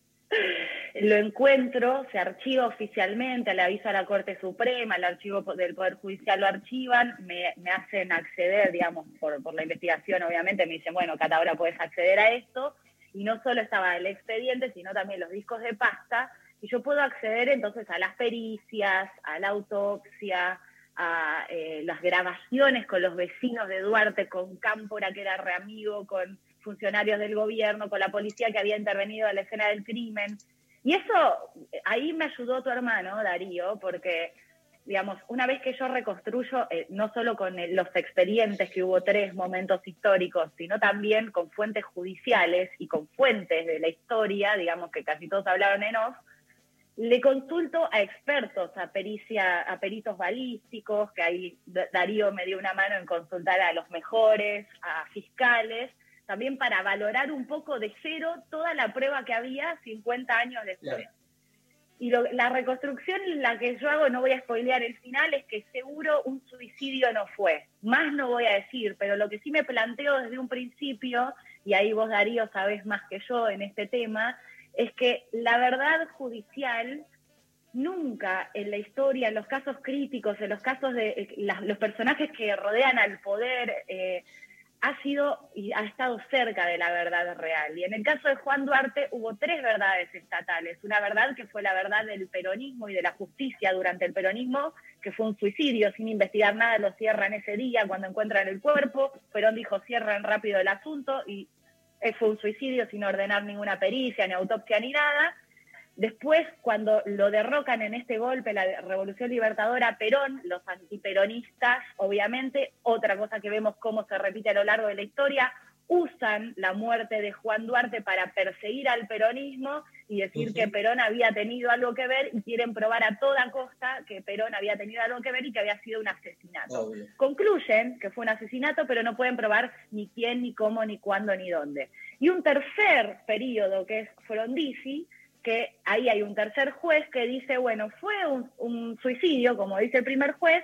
Lo encuentro, se archiva oficialmente, le aviso a la Corte Suprema, el archivo del Poder Judicial lo archivan, me, me hacen acceder, digamos, por, por la investigación, obviamente, me dicen, bueno, Cata, ahora puedes acceder a esto, y no solo estaba el expediente, sino también los discos de pasta, y yo puedo acceder entonces a las pericias, a la autopsia, a eh, las grabaciones con los vecinos de Duarte, con Cámpora, que era reamigo, con funcionarios del gobierno, con la policía que había intervenido a la escena del crimen. Y eso, ahí me ayudó tu hermano, Darío, porque, digamos, una vez que yo reconstruyo, eh, no solo con el, los expedientes, que hubo tres momentos históricos, sino también con fuentes judiciales y con fuentes de la historia, digamos, que casi todos hablaron en off, le consulto a expertos, a pericia, a peritos balísticos, que ahí Darío me dio una mano en consultar a los mejores, a fiscales, también para valorar un poco de cero toda la prueba que había cincuenta años después. Claro. Y lo, la reconstrucción en la que yo hago, no voy a spoilear el final, es que seguro un suicidio no fue. Más no voy a decir, pero lo que sí me planteo desde un principio, y ahí vos, Darío, sabés más que yo en este tema, es que la verdad judicial nunca en la historia, en los casos críticos, en los casos de eh, la, los personajes que rodean al poder, eh, ha sido y ha estado cerca de la verdad real. Y en el caso de Juan Duarte hubo tres verdades estatales. Una verdad que fue la verdad del peronismo y de la justicia durante el peronismo, que fue un suicidio, sin investigar nada, lo cierran ese día cuando encuentran el cuerpo. Perón dijo, cierran rápido el asunto, y fue un suicidio sin ordenar ninguna pericia, ni autopsia, ni nada. Después, cuando lo derrocan en este golpe, la Revolución Libertadora, Perón, los antiperonistas, obviamente, otra cosa que vemos cómo se repite a lo largo de la historia, usan la muerte de Juan Duarte para perseguir al peronismo y decir uh-huh. que Perón había tenido algo que ver, y quieren probar a toda costa que Perón había tenido algo que ver y que había sido un asesinato. Obvio. Concluyen que fue un asesinato, pero no pueden probar ni quién, ni cómo, ni cuándo, ni dónde. Y un tercer periodo, que es Frondizi, que ahí hay un tercer juez que dice, bueno, fue un, un suicidio, como dice el primer juez,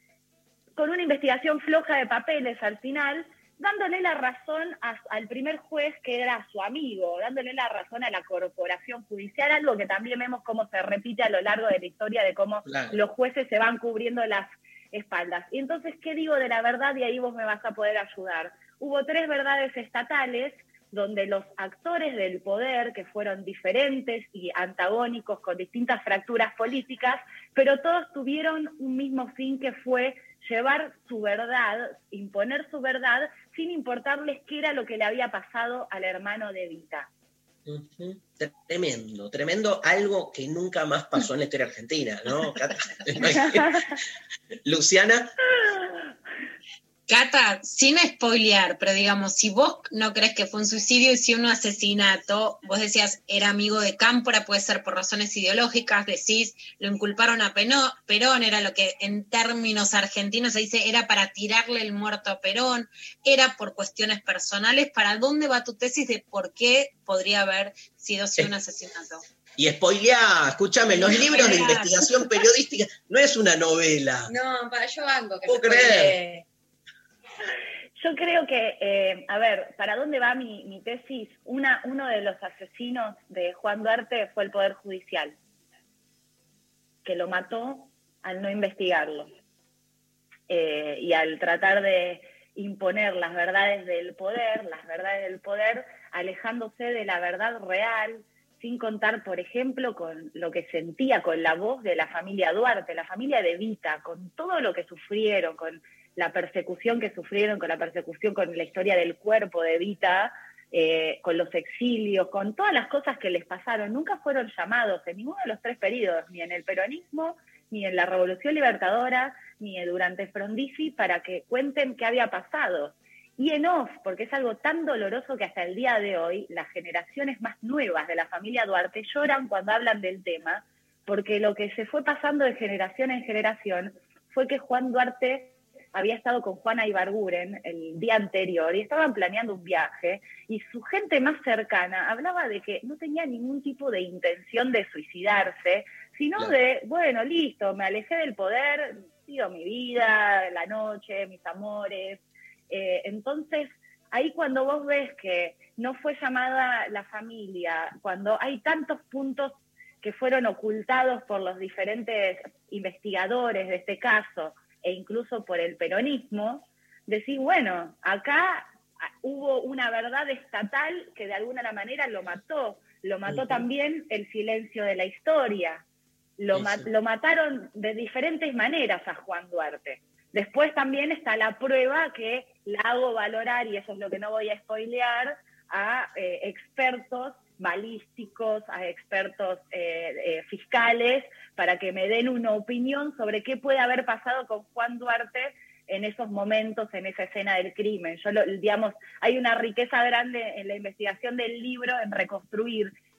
con una investigación floja de papeles al final, dándole la razón a, al primer juez, que era su amigo, dándole la razón a la corporación judicial, algo que también vemos cómo se repite a lo largo de la historia, de cómo claro. los jueces se van cubriendo las espaldas. Y entonces, ¿qué digo de la verdad? Y ahí vos me vas a poder ayudar. Hubo tres verdades estatales, donde los actores del poder, que fueron diferentes y antagónicos con distintas fracturas políticas, pero todos tuvieron un mismo fin, que fue llevar su verdad, imponer su verdad, sin importarles qué era lo que le había pasado al hermano de Evita. Uh-huh. Tremendo, tremendo, algo que nunca más pasó en la historia argentina, ¿no? Luciana. Cata, sin spoilear, pero digamos, si vos no crees que fue un suicidio y si un asesinato, vos decías, era amigo de Cámpora, puede ser por razones ideológicas, decís, lo inculparon a Perón, era lo que en términos argentinos se dice, era para tirarle el muerto a Perón, era por cuestiones personales. ¿Para dónde va tu tesis de por qué podría haber sido sí, un asesinato? Y spoileá, escúchame, los libros de investigación periodística no es una novela. No, para yo banco que ¿Puedo creer? Yo creo que, eh, a ver, ¿para dónde va mi, mi tesis? Una, uno de los asesinos de Juan Duarte fue el Poder Judicial, que lo mató al no investigarlo. Eh, y al tratar de imponer las verdades del poder, las verdades del poder, alejándose de la verdad real, sin contar, por ejemplo, con lo que sentía, con la voz de la familia Duarte, la familia de Evita, con todo lo que sufrieron, con la persecución que sufrieron, con la persecución, con la historia del cuerpo de Evita, eh, con los exilios, con todas las cosas que les pasaron. Nunca fueron llamados en ninguno de los tres periodos, ni en el peronismo, ni en la Revolución Libertadora, ni durante Frondizi, para que cuenten qué había pasado. Y en off, porque es algo tan doloroso que hasta el día de hoy las generaciones más nuevas de la familia Duarte lloran cuando hablan del tema, porque lo que se fue pasando de generación en generación fue que Juan Duarte había estado con Juana Ibarguren el día anterior y estaban planeando un viaje, y su gente más cercana hablaba de que no tenía ningún tipo de intención de suicidarse, sino claro. de, bueno, listo, me alejé del poder, sigo mi vida, la noche, mis amores. Eh, entonces, ahí cuando vos ves que no fue llamada la familia, cuando hay tantos puntos que fueron ocultados por los diferentes investigadores de este caso, e incluso por el peronismo, decir, bueno, acá hubo una verdad estatal que de alguna manera lo mató. Lo mató uh-huh. también el silencio de la historia. Lo, ma- lo mataron de diferentes maneras a Juan Duarte. Después también está la prueba que la hago valorar, y eso es lo que no voy a spoilear, a eh, expertos balísticos, a expertos eh, eh, fiscales, para que me den una opinión sobre qué puede haber pasado con Juan Duarte en esos momentos, en esa escena del crimen. Yo, lo, digamos, hay una riqueza grande en la investigación del libro, en reconstruir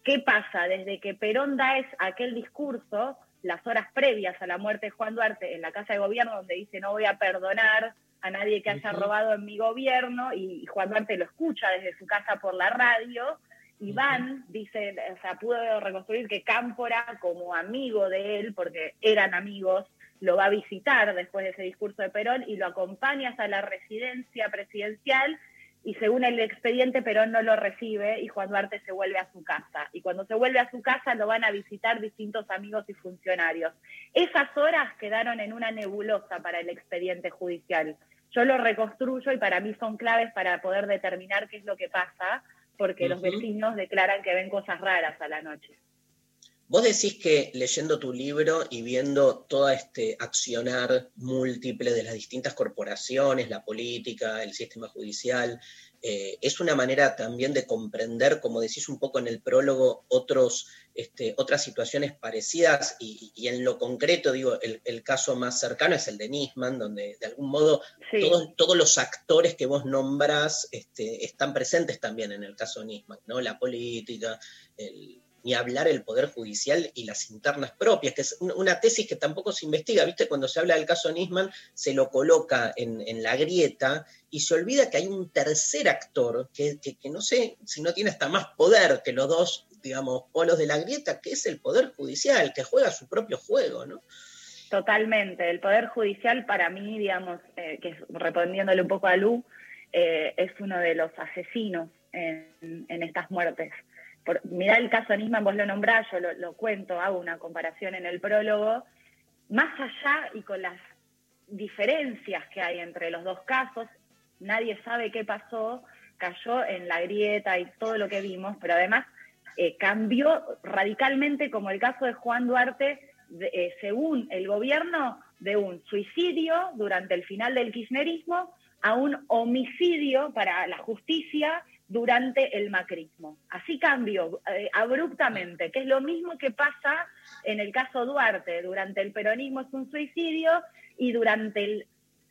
¿qué pasa? Desde que Perón da es aquel discurso, las horas previas a la muerte de Juan Duarte en la Casa de Gobierno, donde dice no voy a perdonar a nadie que haya robado en mi gobierno, y Juan Duarte lo escucha desde su casa por la radio, Iván dice, o sea, pudo reconstruir que Cámpora, como amigo de él, porque eran amigos, lo va a visitar después de ese discurso de Perón y lo acompaña hasta la residencia presidencial, y según el expediente Perón no lo recibe y Juan Duarte se vuelve a su casa. Y cuando se vuelve a su casa lo van a visitar distintos amigos y funcionarios. Esas horas quedaron en una nebulosa para el expediente judicial. Yo lo reconstruyo y para mí son claves para poder determinar qué es lo que pasa, porque uh-huh. los vecinos declaran que ven cosas raras a la noche. Vos decís que leyendo tu libro y viendo todo este accionar múltiple de las distintas corporaciones, la política, el sistema judicial, eh, es una manera también de comprender, como decís un poco en el prólogo, otros, este, otras situaciones parecidas y, y en lo concreto, digo, el, el caso más cercano es el de Nisman, donde de algún modo sí. todos, todos los actores que vos nombrás este, están presentes también en el caso de Nisman, ¿no? La política, el... ni hablar el Poder Judicial y las internas propias, que es una tesis que tampoco se investiga, ¿viste? Cuando se habla del caso Nisman, se lo coloca en, en la grieta y se olvida que hay un tercer actor que, que, que no sé si no tiene hasta más poder que los dos, digamos, polos de la grieta, que es el Poder Judicial, que juega su propio juego, ¿no? Totalmente. El Poder Judicial, para mí, digamos, eh, que respondiéndole un poco a Lu, eh, es uno de los asesinos en, en estas muertes. Por, mirá el caso Nisman, vos lo nombrás, yo lo, lo cuento, hago una comparación en el prólogo, más allá y con las diferencias que hay entre los dos casos, nadie sabe qué pasó, cayó en la grieta y todo lo que vimos, pero además eh, cambió radicalmente, como el caso de Juan Duarte, de, eh, según el gobierno, de un suicidio durante el final del kirchnerismo a un homicidio para la justicia durante el macrismo. Así cambió eh, abruptamente, que es lo mismo que pasa en el caso Duarte. Durante el peronismo es un suicidio y durante el,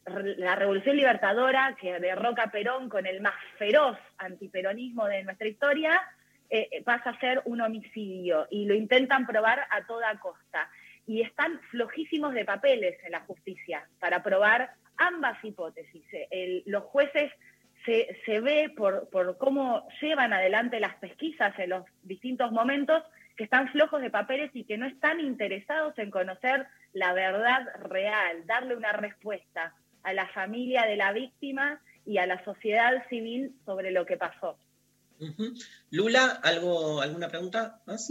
la Revolución Libertadora, que derroca a Perón con el más feroz antiperonismo de nuestra historia, eh, pasa a ser un homicidio y lo intentan probar a toda costa. Y están flojísimos de papeles en la justicia para probar ambas hipótesis. El, los jueces Se, se ve por, por cómo llevan adelante las pesquisas en los distintos momentos que están flojos de papeles y que no están interesados en conocer la verdad real, darle una respuesta a la familia de la víctima y a la sociedad civil sobre lo que pasó. Uh-huh. Lula, ¿algo, ¿alguna pregunta más?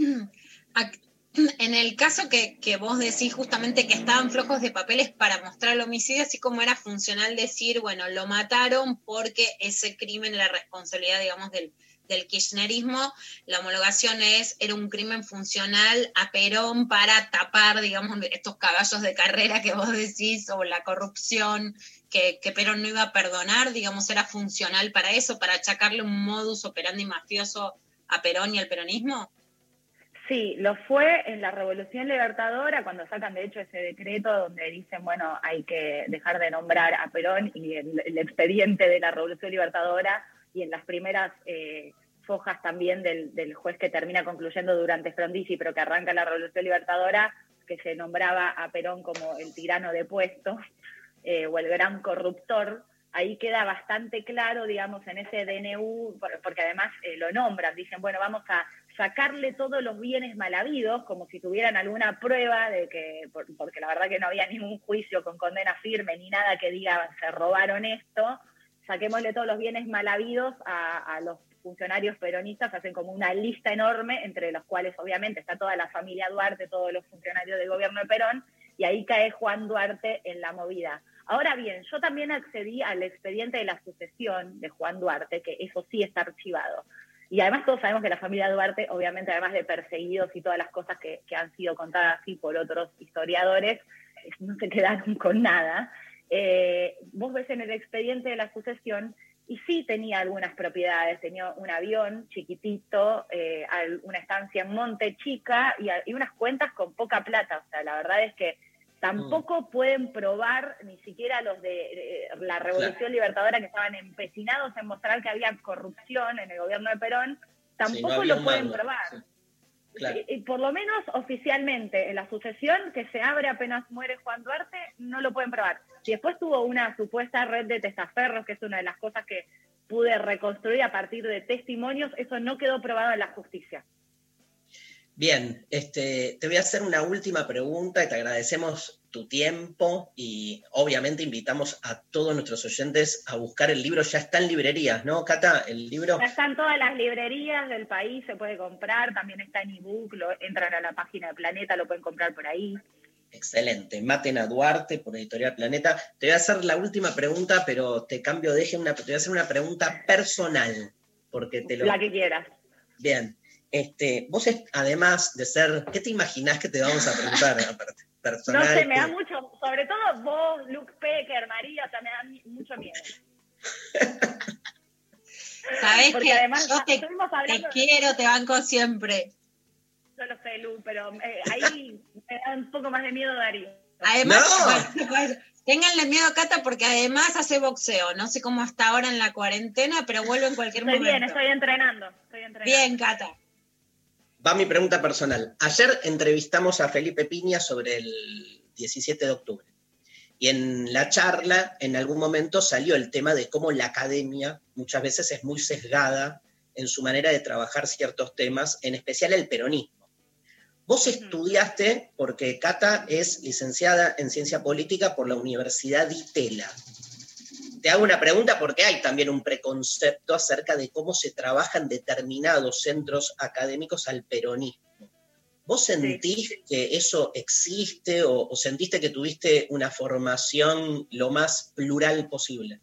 En el caso que, que vos decís justamente que estaban flojos de papeles para mostrar el homicidio, así como era funcional decir, bueno, lo mataron porque ese crimen era responsabilidad, digamos, del, del kirchnerismo, la homologación es, era un crimen funcional a Perón para tapar, digamos, estos caballos de carrera que vos decís, o la corrupción que, que Perón no iba a perdonar, digamos, era funcional para eso, para achacarle un modus operandi mafioso a Perón y al peronismo. Sí, lo fue en la Revolución Libertadora, cuando sacan de hecho ese decreto donde dicen, bueno, hay que dejar de nombrar a Perón, y el, el expediente de la Revolución Libertadora, y en las primeras eh, fojas también del, del juez que termina concluyendo durante Frondizi, pero que arranca la Revolución Libertadora, que se nombraba a Perón como el tirano de puestos, eh, o el gran corruptor. Ahí queda bastante claro, digamos, en ese D N U, porque además eh, lo nombran, dicen, bueno, vamos a sacarle todos los bienes mal habidos, como si tuvieran alguna prueba de que, porque la verdad que no había ningún juicio con condena firme, ni nada que diga se robaron esto, saquémosle todos los bienes mal habidos a, a los funcionarios peronistas, hacen como una lista enorme, entre los cuales obviamente está toda la familia Duarte, todos los funcionarios del gobierno de Perón, y ahí cae Juan Duarte en la movida. Ahora bien, yo también accedí al expediente de la sucesión de Juan Duarte, que eso sí está archivado. Y además todos sabemos que la familia Duarte, obviamente además de perseguidos y todas las cosas que, que han sido contadas así por otros historiadores, no se quedaron con nada. Eh, vos ves en el expediente de la sucesión, y sí tenía algunas propiedades, tenía un avión chiquitito, eh, una estancia en Monte Chica y, y unas cuentas con poca plata. O sea, la verdad es que tampoco mm. pueden probar, ni siquiera los de eh, la Revolución claro. Libertadora, que estaban empecinados en mostrar que había corrupción en el gobierno de Perón, tampoco sí, no lo pueden mando. probar. Sí. Claro. Y, y por lo menos oficialmente, en la sucesión que se abre apenas muere Juan Duarte, no lo pueden probar. Si después tuvo una supuesta red de testaferros, que es una de las cosas que pude reconstruir a partir de testimonios, eso no quedó probado en la justicia. Bien, este, te voy a hacer una última pregunta y te agradecemos tu tiempo y obviamente invitamos a todos nuestros oyentes a buscar el libro. Ya está en librerías, ¿no, Cata? El libro. Ya están todas las librerías del país, se puede comprar, también está en ebook, lo, entran a la página de Planeta, lo pueden comprar por ahí. Excelente. Maten a Duarte por Editorial Planeta. Te voy a hacer la última pregunta, pero te cambio de eje. Una, te voy a hacer una pregunta personal. Porque te lo... La que quieras. Bien. Este, vos, además de ser, ¿qué te imaginás que te vamos a preguntar? Aparte, personal, no sé, me que... da mucho, sobre todo vos, Luke Pecker, María, o sea, me da mucho miedo. Sabés Porque que además, yo te, te quiero, te banco siempre. Yo lo sé, Lu, pero eh, ahí me da un poco más de miedo Darío. Además, no. bueno, ténganle miedo a Cata porque además hace boxeo. No sé cómo está ahora en la cuarentena, pero vuelve en cualquier estoy momento. Bien, estoy entrenando, estoy entrenando. Bien, Cata. Va mi pregunta personal. Ayer entrevistamos a Felipe Piña sobre el diecisiete de octubre. Y en la charla, en algún momento salió el tema de cómo la academia muchas veces es muy sesgada en su manera de trabajar ciertos temas, en especial el peronismo. Vos estudiaste, porque Cata es licenciada en Ciencia Política por la Universidad de Itela. Te hago una pregunta porque hay también un preconcepto acerca de cómo se trabaja en determinados centros académicos al peronismo. ¿Vos sentís sí. que eso existe o, o sentiste que tuviste una formación lo más plural posible?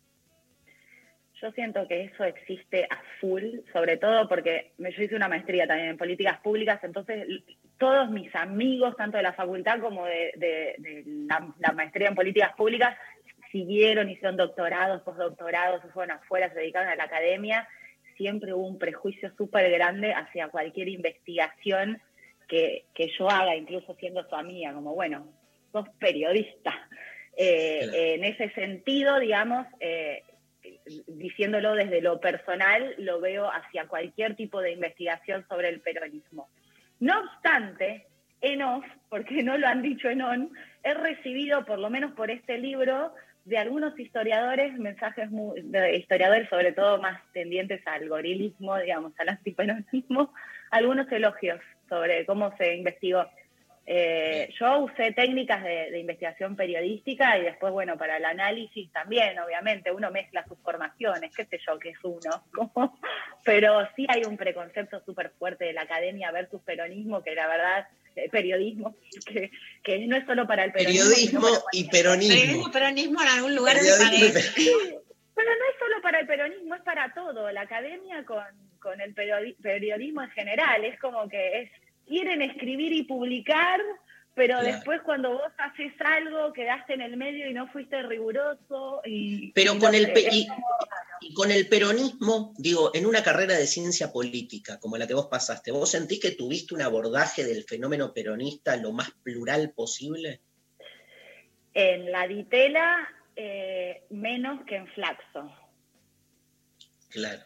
Yo siento que eso existe a full, sobre todo porque yo hice una maestría también en políticas públicas, entonces todos mis amigos, tanto de la facultad como de, de, de la, la maestría en políticas públicas, siguieron, hicieron doctorados, postdoctorados, se fueron afuera, se dedicaron a la academia. Siempre hubo un prejuicio súper grande hacia cualquier investigación que, que yo haga, incluso siendo su amiga, como, bueno, sos periodista. Eh, claro. En ese sentido, digamos, eh, diciéndolo desde lo personal, lo veo hacia cualquier tipo de investigación sobre el peronismo. No obstante, en off, porque no lo han dicho en on, he recibido, por lo menos por este libro, de algunos historiadores, mensajes muy, de historiadores sobre todo más tendientes al gorilismo, digamos, al antiperonismo, algunos elogios sobre cómo se investigó. Eh, yo usé técnicas de, de investigación periodística y después, bueno, para el análisis también, obviamente, uno mezcla sus formaciones, qué sé yo, qué es uno, como, pero sí hay un preconcepto súper fuerte de la academia versus peronismo, que la verdad, eh, periodismo, que, que no es solo para el peronismo. Periodismo para y peronismo. Periodismo, peronismo en algún lugar me parece. Pero no es solo para el peronismo, es para todo. La academia con, con el periodi periodismo en general, es como que es... quieren escribir y publicar, pero claro. después cuando vos haces algo quedaste en el medio y no fuiste riguroso. Y, pero y con, no el sé, y, y con el peronismo, digo, en una carrera de ciencia política como la que vos pasaste, ¿vos sentís que tuviste un abordaje del fenómeno peronista lo más plural posible? En la Ditela, eh, menos que en Flaxo. Claro.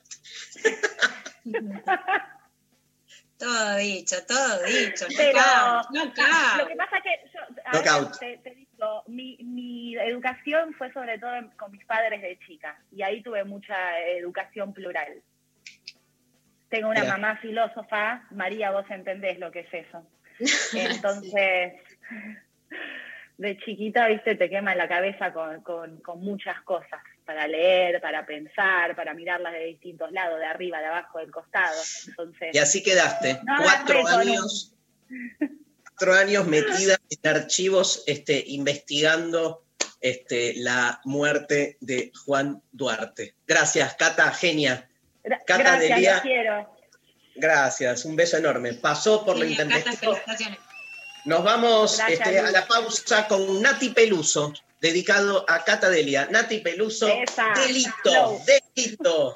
Todo dicho, todo dicho. No Pero cao, no cao. Lo que pasa es que yo, ver, te, te digo, mi, mi educación fue sobre todo con mis padres de chica y ahí tuve mucha educación plural. Tengo una Mira. mamá filósofa, María, vos entendés lo que es eso. Entonces, de chiquita, viste, te quema en la cabeza con, con, con muchas cosas para leer, para pensar, para mirarlas de distintos lados, de arriba, de abajo, del costado. Entonces, y así quedaste, no cuatro años, cuatro años metida en archivos este, investigando este, la muerte de Juan Duarte. Gracias, Cata, genia. Cata Gracias, Delia, lo quiero. Gracias, un beso enorme. Pasó por sí, lo intempestivo. Nos vamos Gracias, este, a la pausa con Nati Peluso, dedicado a Cata Delia. Nati Peluso, Esa. delito, No. delito.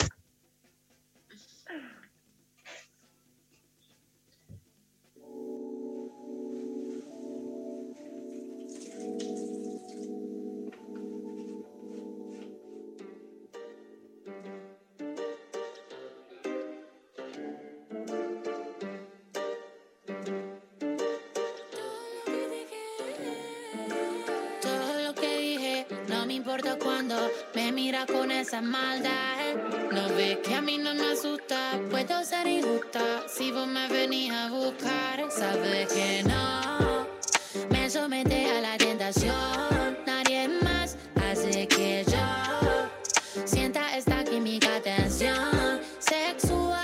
importa cuando me mira con esa maldad. No ves que a mí no me asusta, puedo ser injusta. Si vos me venís a buscar, sabes que no me somete a la tentación. Nadie más hace que yo sienta esta química, tensión sexual.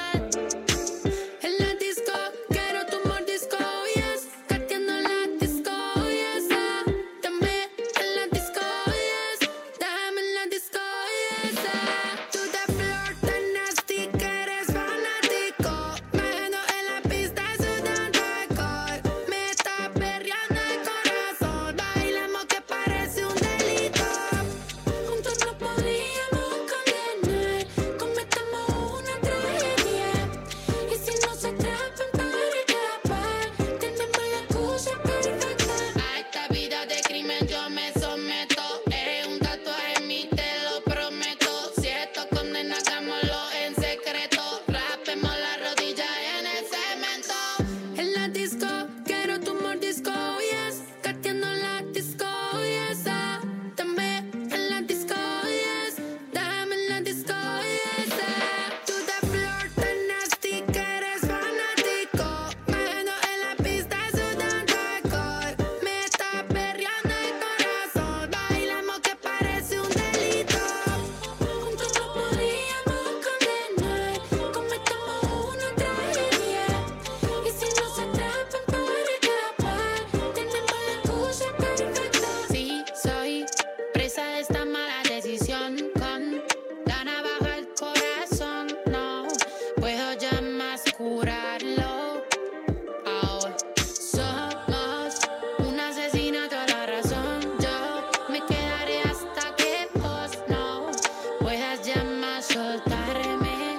En la disco quiero tu mordisco, yes. Cateando la disco, yes. Ah, dame en la disco, yes. Dame en la disco, yes. Ah, tú de flor tan nasty que eres fanático. Menos en la pista sudando alcohol. Me está perreando el corazón. Bailamos que parece un delito. Juntos no podríamos condenar. Cometamos una tragedia. Y si no se atrapan para escapar, tenemos la excusa perfecta. A esta vida de crimen yo me someto. Es un tatuaje en mí, te lo prometo. Si esto condena, hagámoslo en secreto. Rapemos la rodilla en el cemento. En la disco quiero tu mordisco, yes. Cateando la disco, yes. Ah, dame en la disco, yes. Dame en la disco, yes. Ah, tú de flor tan nasty que eres fanático. Menos en la pista sudando alcohol. Me está perreando el corazón. Bailamos que parece un delito. Juntos no podríamos condenar. Cometamos una tragedia. Y si no se atrapan para escapar, tenemos la excusa perfecta. Sí, soy presa de esta mala decisión. Con la navaja al corazón, no puedo ya más curarlo. Ahora somos un asesinato a la razón. Yo me quedaré hasta que vos no puedas ya más soltarme.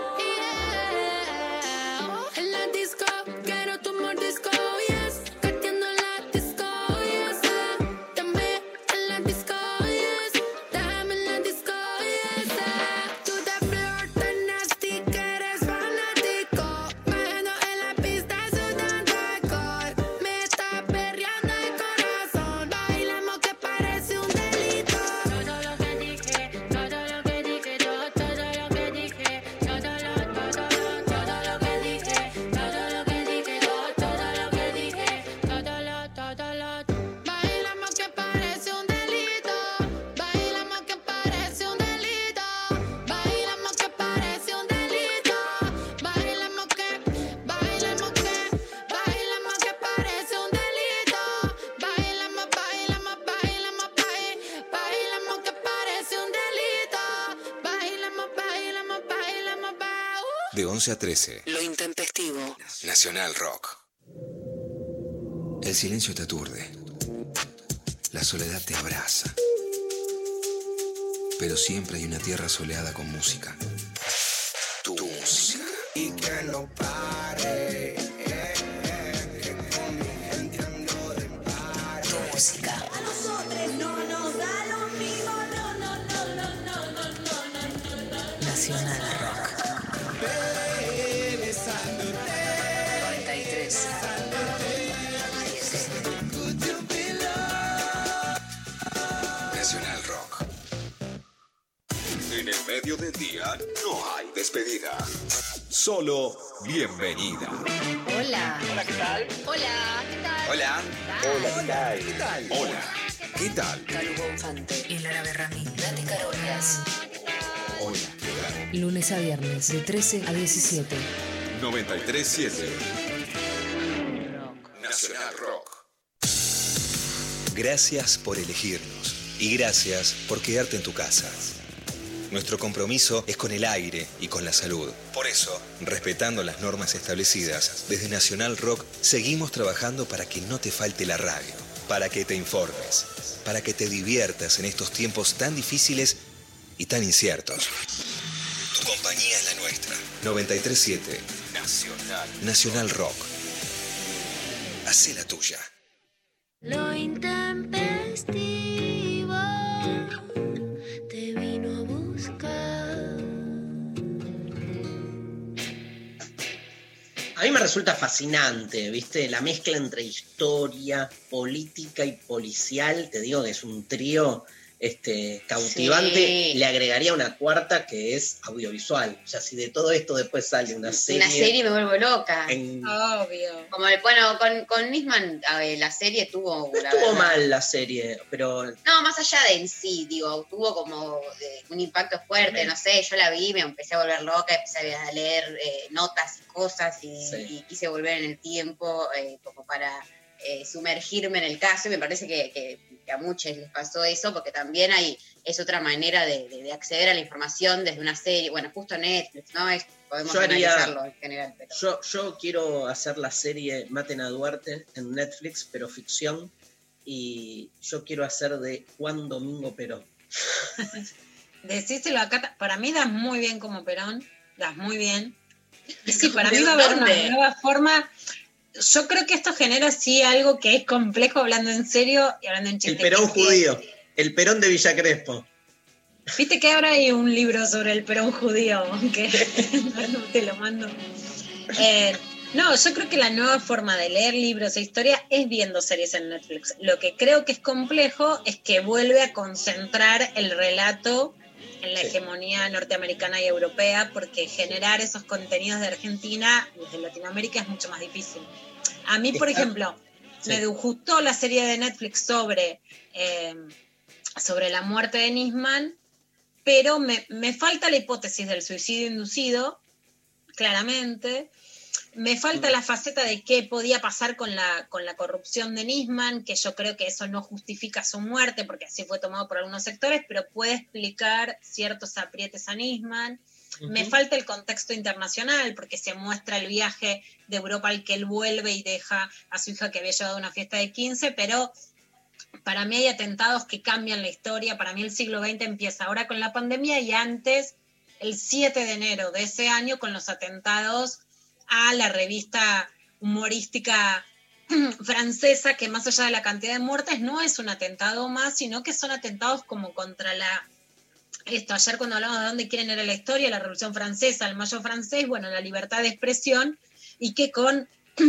Yeah. En la disco quiero tu mordisco, yes. Cateando la disco, yes. Ah, dame en la disco, yes. Dame en la disco, yes. Ah, tú de flor tan nasty que eres fanático. Menos en la pista sudando alcohol. Me está perreando el corazón. Bailamos que parece un delito. Todo lo que dije, todo lo que dije, yo, todo lo que dije, todo lo, todo lo, todo lo que dije, todo lo que dije, yo, todo lo que dije, todo lo, todo lo. Bailamos que parece un delito. Bailamos que parece un delito. Bailamos que parece un delito. Bailamos que, bailamos que, bailamos que parece un delito. Bailamos, bailamos, bailamos, bailamos, bailamos que parece un delito. Bailamos, bailamos, bailamos, bailamos. De once a trece, Lo intempestivo. Nacional Rock. El silencio te aturde. La soledad te abraza. Pero siempre hay una tierra soleada con música. Tu música. Y que no pare. Tu música. A nosotros no nos da lo mismo, no, no, no, no, no, no, no, no, no. Nacional Rock. noventa y tres. Nacional Rock. En el medio del día no hay despedida. Solo bienvenida. Hola. Hola, ¿qué tal? Hola, ¿qué tal? Hola. Hola, ¿qué tal? ¿Qué tal? Hola. ¿Qué tal? Calu Bonfante y Lara Berrami. Nati Carolinas. Hola. ¿Qué tal? Lunes a viernes de trece a diecisiete. noventa y tres siete. Nacional Rock. Gracias por elegirnos y gracias por quedarte en tu casa. Nuestro compromiso es con el aire y con la salud. Por eso, respetando las normas establecidas, desde Nacional Rock seguimos trabajando para que no te falte la radio, para que te informes, para que te diviertas en estos tiempos tan difíciles y tan inciertos. Tu compañía es la nuestra. noventa y tres siete. Nacional. Nacional Rock. Hacé la tuya. Lo intempestivo te vino a buscar. A mí me resulta fascinante, ¿viste? La mezcla entre historia, política y policial. Te digo que es un trío este, cautivante, Sí. le agregaría una cuarta que es audiovisual. O sea, si de todo esto después sale una serie. Una serie me vuelvo loca. En- Obvio. Como el, bueno, con, con Nisman a ver, la serie tuvo. No la estuvo verdad- mal la serie, pero No, más allá de en sí, digo, tuvo como eh, un impacto fuerte, Sí. no sé, yo la vi, me empecé a volver loca, empecé a leer eh, notas y cosas y, Sí. y quise volver en el tiempo eh, como para eh, sumergirme en el caso y me parece que, que- que a muchos les pasó eso porque también hay, es otra manera de, de- de acceder a la información desde una serie, bueno, justo Netflix, ¿no? Es, podemos Yo haría- analizarlo en general, pero... yo, yo quiero hacer la serie Maten a Duarte en Netflix, pero ficción. Y yo quiero hacer de Juan Domingo Perón. Decíselo acá, para mí das muy bien como Perón, das muy bien. Y sí, para mí ¿De va a haber dónde? una nueva forma. Yo creo que esto genera sí algo que es complejo hablando en serio y hablando en El chiste. Perón que es que- judío. El Perón de Villa Crespo. Viste que ahora hay un libro sobre el Perón judío, que te lo mando. Eh, no, yo creo que la nueva forma de leer libros e historia es viendo series en Netflix. Lo que creo que es complejo es que vuelve a concentrar el relato en la Sí. hegemonía norteamericana y europea, porque generar esos contenidos de Argentina desde Latinoamérica es mucho más difícil. A mí, por Está- ejemplo, Sí. me gustó la serie de Netflix sobre, eh, sobre la muerte de Nisman, pero me, me falta la hipótesis del suicidio inducido, claramente. Me falta la faceta de qué podía pasar con la, con la corrupción de Nisman, que yo creo que eso no justifica su muerte, porque así fue tomado por algunos sectores, pero puede explicar ciertos aprietes a Nisman. Me Ujú. falta el contexto internacional, porque se muestra el viaje de Europa al que él vuelve y deja a su hija que había llevado a una fiesta de quince, pero para mí hay atentados que cambian la historia. Para mí el siglo veinte empieza ahora con la pandemia y antes, el siete de enero de ese año, con los atentados a la revista humorística francesa, que más allá de la cantidad de muertes no es un atentado más, sino que son atentados como contra la... Esto, ayer cuando hablamos de dónde quieren ir a la historia, la Revolución Francesa, el Mayo francés, bueno, la libertad de expresión, y que con,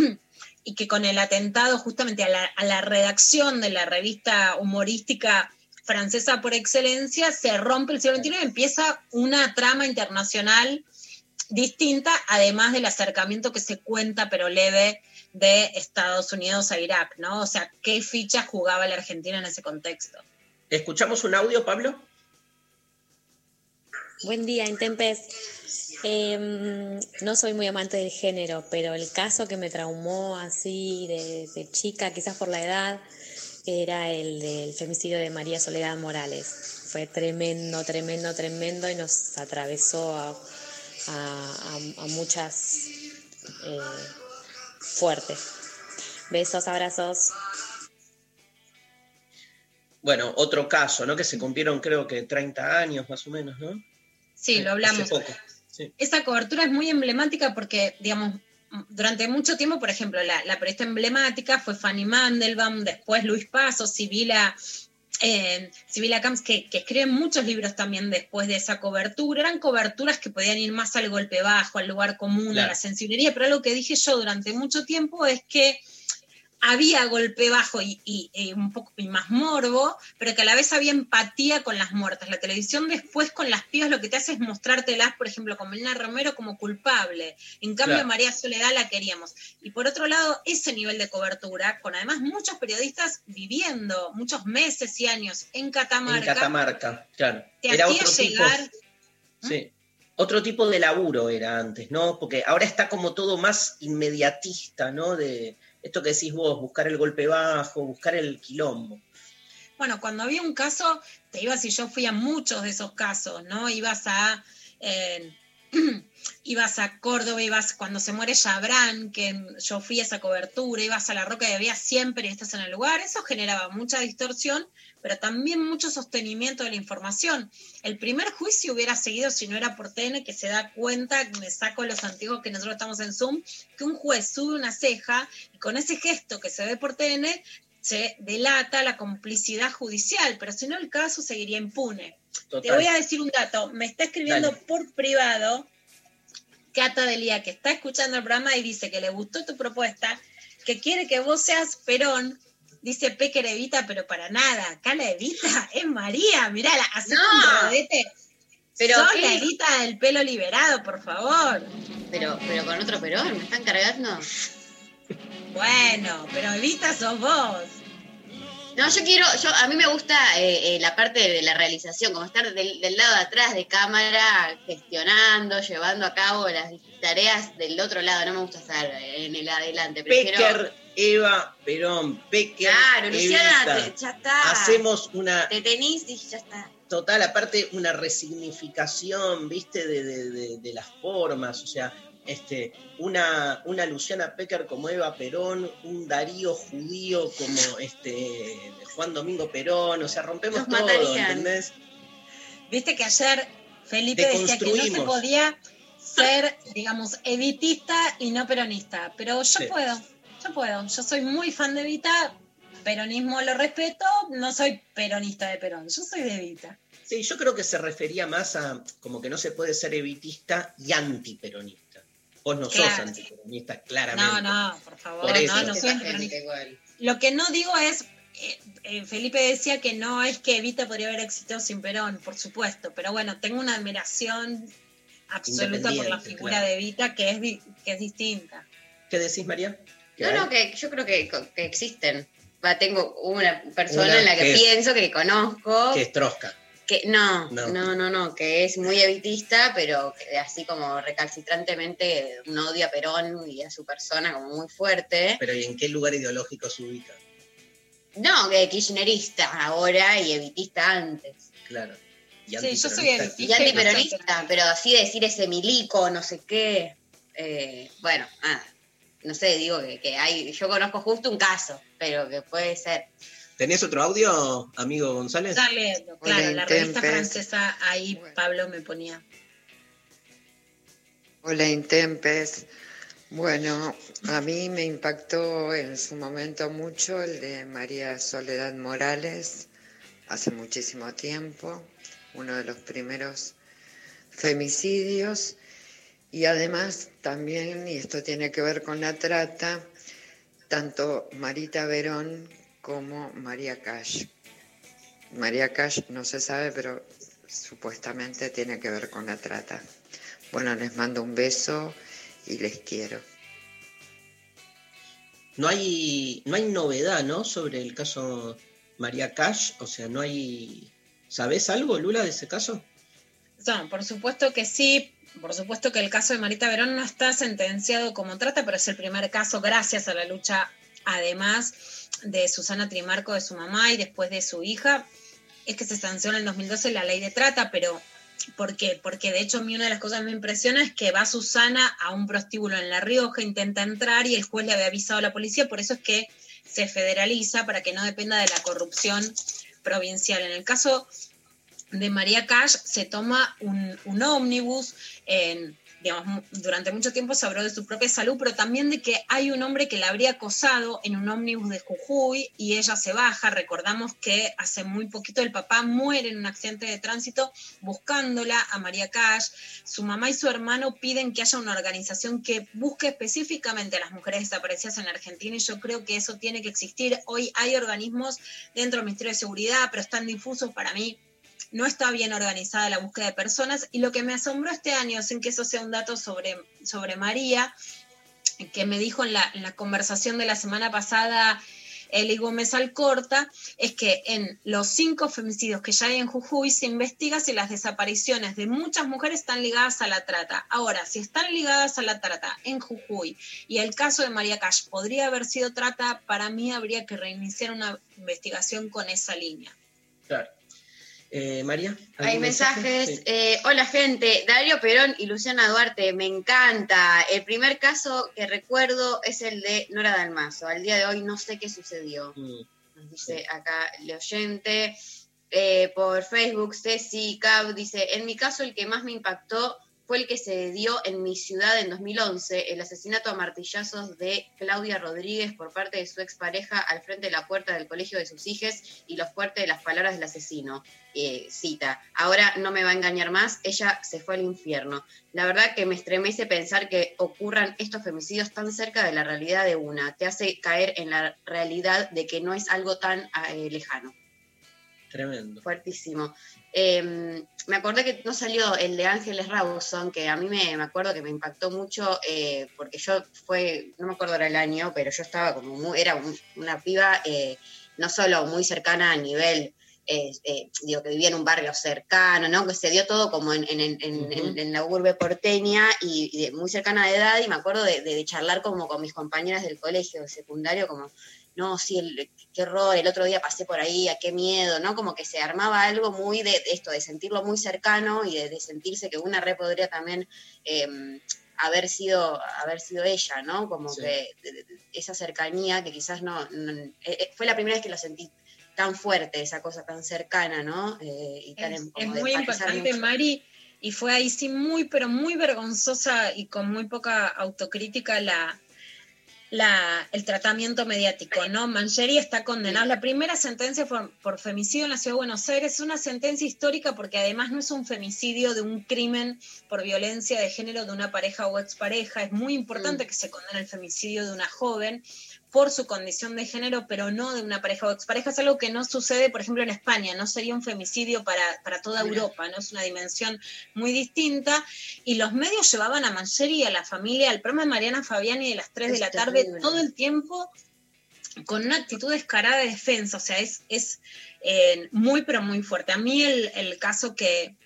y que con el atentado justamente a la, a la redacción de la revista humorística francesa por excelencia, se rompe el siglo veintiuno y empieza una trama internacional distinta, además del acercamiento que se cuenta, pero leve, de Estados Unidos a Irak, ¿no? O sea, ¿qué fichas jugaba la Argentina en ese contexto? ¿Escuchamos un audio, Pablo? Buen día, Intempes. Eh, no soy muy amante del género, pero el caso que me traumó así de, de chica, quizás por la edad, era el del femicidio de María Soledad Morales. Fue tremendo, tremendo, tremendo y nos atravesó a, a, a, a muchas eh, fuertes. Besos, abrazos. Bueno, otro caso, ¿no? Que se cumplieron creo que treinta años más o menos, ¿no? Sí, lo Hace hablamos. poco. Sí. Esa cobertura es muy emblemática porque, digamos, durante mucho tiempo, por ejemplo, la, la periodista emblemática fue Fanny Mandelbaum, después Luis Paso, Sibila, eh, Sibila Camps, que, que escriben muchos libros también después de esa cobertura. Eran coberturas que podían ir más al golpe bajo, al lugar común, Claro. a la sensiblería, pero algo que dije yo durante mucho tiempo es que había golpe bajo y, y, y un poco y más morbo, pero que a la vez había empatía con las muertas. La televisión después con las pibas lo que te hace es mostrártelas, por ejemplo, con Melina Romero como culpable. En cambio, Claro. María Soledad la queríamos. Y por otro lado, ese nivel de cobertura, con además muchos periodistas viviendo muchos meses y años en Catamarca, En Catamarca, claro. te Era hacía otro tipo. llegar... Sí. Otro tipo de laburo era antes, ¿no? Porque ahora está como todo más inmediatista, ¿no? De esto que decís vos, buscar el golpe bajo, buscar el quilombo. Bueno, cuando había un caso, te ibas, y yo fui a muchos de esos casos, ¿no? Ibas a, eh, ibas a Córdoba, ibas cuando se muere Chabrán, que yo fui a esa cobertura, ibas a La Roca y había cien periodistas en el lugar. Eso generaba mucha distorsión, pero también mucho sostenimiento de la información. El primer juicio hubiera seguido si no era por T N, que se da cuenta, me saco los antiguos que nosotros estamos en Zoom, que un juez sube una ceja y con ese gesto que se ve por T N se delata la complicidad judicial, pero si no el caso seguiría impune. Total. Te voy a decir un dato, me está escribiendo Dale. por privado Cata Delía, que está escuchando el programa y dice que le gustó tu propuesta, que quiere que vos seas Perón dice Pecker Evita, pero para nada. Acá la Evita es María. Mirá, la, hacemos No. un rodete. Pero Sos ¿qué? la Evita del pelo liberado, por favor. Pero, pero con otro Perón, ¿me están cargando? Bueno, pero Evita sos vos. No, yo quiero, yo a mí me gusta eh, eh, la parte de la realización, como estar del, del lado de atrás de cámara, gestionando, llevando a cabo las tareas del otro lado. No me gusta estar en el adelante. Prefiero... Pecker, Eva, Perón, Pecker, Claro, Luciana, Evita. te- ya está. Hacemos una, Te tenís y ya está. total, aparte, una resignificación, ¿viste? De, de, de, de las formas, o sea, este, una, una Luciana Pecker como Eva Perón, un Darío judío como este Juan Domingo Perón, o sea, rompemos Nos todo, matarían. ¿entendés? Viste que ayer Felipe decía que no se Deconstruimos. podía ser, digamos, evitista y no peronista, pero yo Sí. puedo, yo puedo. Yo soy muy fan de Evita, peronismo lo respeto, no soy peronista de Perón, yo soy de Evita. Sí, yo creo que se refería más a como que no se puede ser evitista y antiperonista. Vos no sos Claro. antiperonista, claramente. No, no, por favor, Por eso. no, no soy antiperonista. Lo que no digo es, eh, eh, Felipe decía que no es que Evita podría haber existido sin Perón, por supuesto, pero bueno, tengo una admiración absoluta por la Independiente, figura claro. de Evita que es, di- que es distinta. ¿Qué decís, María? ¿Qué No, hay? no, que yo creo que, que existen. Va, tengo una persona Una en la que, que es- pienso, que conozco, Que es trosca. que no, No. no, no, no, que es muy evitista, pero que así como recalcitrantemente un odio a Perón y a su persona como muy fuerte. Pero ¿y en qué lugar ideológico se ubica? No, que kirchnerista ahora y evitista antes. Claro. Y Sí, yo soy antiperonista. evitista. Y antiperonista, pero así decir ese milico, no sé qué. eh, bueno, ah, no sé, digo que, que hay, yo conozco justo un caso, pero que puede ser. ¿Tenés otro audio, amigo González? Dale, claro, la revista Intempes. francesa, ahí Pablo me ponía. Hola Intempes. Bueno, a mí me impactó en su momento mucho el de María Soledad Morales, hace muchísimo tiempo, uno de los primeros femicidios, y además también, y esto tiene que ver con la trata, tanto Marita Verón como María Cash. María Cash no se sabe, pero supuestamente tiene que ver con la trata. Bueno, les mando un beso y les quiero. No hay, no hay novedad, ¿no? Sobre el caso María Cash, o sea, no hay... ¿Sabés algo, Lula, de ese caso? No, por supuesto que sí, por supuesto que el caso de Marita Verón no está sentenciado como trata, pero es el primer caso gracias a la lucha, además de Susana Trimarco, de su mamá y después de su hija, es que se sancionó en el dos mil doce la ley de trata, pero ¿por qué? Porque de hecho a mí una de las cosas que me impresiona es que va Susana a un prostíbulo en La Rioja, intenta entrar y el juez le había avisado a la policía, por eso es que se federaliza para que no dependa de la corrupción provincial. En el caso de María Cash se toma un, un ómnibus, en, digamos, durante mucho tiempo se habló de su propia salud, pero también de que hay un hombre que la habría acosado en un ómnibus de Jujuy y ella se baja. Recordamos que hace muy poquito el papá muere en un accidente de tránsito buscándola a María Cash. Su mamá y su hermano piden que haya una organización que busque específicamente a las mujeres desaparecidas en Argentina y yo creo que eso tiene que existir. Hoy hay organismos dentro del Ministerio de Seguridad, pero están difusos. Para mí no está bien organizada la búsqueda de personas y lo que me asombró este año, sin que eso sea un dato sobre, sobre María, que me dijo en la, en la conversación de la semana pasada Eli Gómez Alcorta, es que en los cinco femicidios que ya hay en Jujuy se investiga si las desapariciones de muchas mujeres están ligadas a la trata. Ahora, si están ligadas a la trata en Jujuy y el caso de María Cash podría haber sido trata, para mí habría que reiniciar una investigación con esa línea. Claro. Eh, María. Hay ¿algún mensaje? mensajes. Sí. eh, hola gente, Darío Perón y Luciana Duarte, me encanta. El primer caso que recuerdo es el de Nora Dalmazo. Al día de hoy no sé qué sucedió. Mm. Nos dice acá el oyente. Eh, por Facebook, Ceci Cab dice, en mi caso el que más me impactó fue el que se dio en mi ciudad en dos mil once, el asesinato a martillazos de Claudia Rodríguez por parte de su expareja al frente de la puerta del colegio de sus hijas y los fuertes de las palabras del asesino. Eh, cita, ahora no me va a engañar más, ella se fue al infierno. La verdad que me estremece pensar que ocurran estos femicidios tan cerca de la realidad de una. Te hace caer en la realidad de que no es algo tan eh, lejano. Tremendo. Fuertísimo. Eh, me acordé que no salió el de Ángeles Rawson, que a mí me, me acuerdo que me impactó mucho, eh, porque yo fue, no me acuerdo era el año, pero yo estaba como muy, era un, una piba eh, no solo muy cercana a nivel, eh, eh, digo, que vivía en un barrio cercano, ¿no? Que se dio todo como en, en, en, uh-huh. en, en la urbe porteña y, y de, muy cercana de edad, y me acuerdo de, de, de charlar como con mis compañeras del colegio de secundario, como no, sí, el, qué horror, el otro día pasé por ahí, a qué miedo, ¿no? Como que se armaba algo muy de, de esto, de sentirlo muy cercano y de, de sentirse que una re podría también eh, haber sido haber sido ella, ¿no? Como sí. que de, de, esa cercanía que quizás no, no eh, fue la primera vez que lo sentí tan fuerte, esa cosa tan cercana, ¿no? Eh, y tan es en, es muy impactante, mucho. Mari, y fue ahí sí muy, pero muy vergonzosa y con muy poca autocrítica la... La, el tratamiento mediático, ¿no? Mangieri está condenado. La primera sentencia por, por femicidio en la Ciudad de Buenos Aires es una sentencia histórica porque además no es un femicidio de un crimen por violencia de género de una pareja o expareja. Es muy importante mm. que se condene el femicidio de una joven por su condición de género, pero no de una pareja o expareja. Es algo que no sucede, por ejemplo, en España. No sería un femicidio para, para toda Europa, ¿no? Es una dimensión muy distinta. Y los medios llevaban a Mangieri y a la familia al programa de Mariana Fabiani de las tres de la tarde todo el tiempo con una actitud descarada de defensa. O sea, es, es eh, muy, pero muy fuerte. A mí el, el caso que...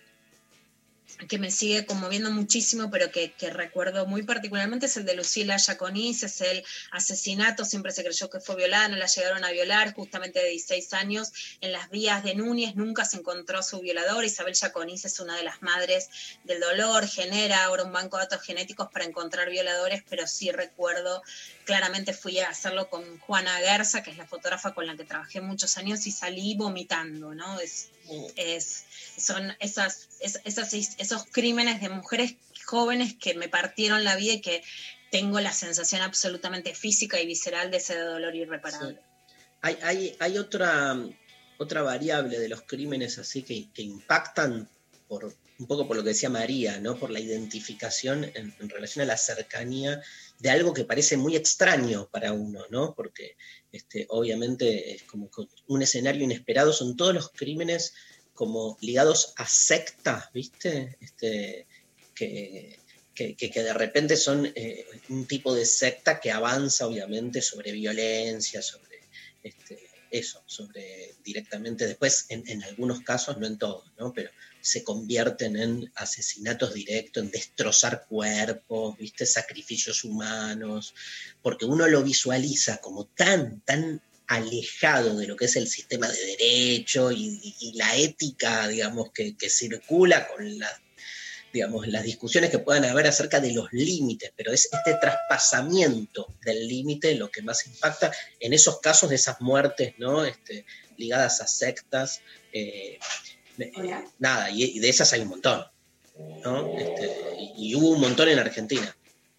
que me sigue conmoviendo muchísimo, pero que, que recuerdo muy particularmente, es el de Lucila Giaconis, es el asesinato, siempre se creyó que fue violada, no la llegaron a violar, justamente de dieciséis años, en las vías de Núñez, nunca se encontró a su violador. Isabel Giaconis es una de las madres del dolor, genera ahora un banco de datos genéticos para encontrar violadores, pero sí recuerdo, claramente fui a hacerlo con Juana Guerza, que es la fotógrafa con la que trabajé muchos años, y salí vomitando, ¿no? Es, es, son esas, es, esas, esos crímenes de mujeres jóvenes que me partieron la vida y que tengo la sensación absolutamente física y visceral de ese dolor irreparable. Sí. Hay, hay, hay otra, otra variable de los crímenes así que, que impactan por, un poco por lo que decía María, ¿no? Por la identificación en, en relación a la cercanía de algo que parece muy extraño para uno, ¿no? Porque este, obviamente es como un escenario inesperado, son todos los crímenes como ligados a sectas, ¿viste? Este, que, que, que, que de repente son eh, un tipo de secta que avanza obviamente sobre violencia, sobre este, eso, sobre directamente después, en, en algunos casos, no en todos, ¿no? Pero se convierten en asesinatos directos, en destrozar cuerpos, ¿viste? Sacrificios humanos, porque uno lo visualiza como tan, tan alejado de lo que es el sistema de derecho y, y, y la ética, digamos, que, que circula con las, digamos, las discusiones que puedan haber acerca de los límites, pero es este traspasamiento del límite lo que más impacta en esos casos de esas muertes, ¿no? Este, ligadas a sectas, eh, eh, nada, y, y de esas hay un montón, ¿no? Este, y, y hubo un montón en Argentina.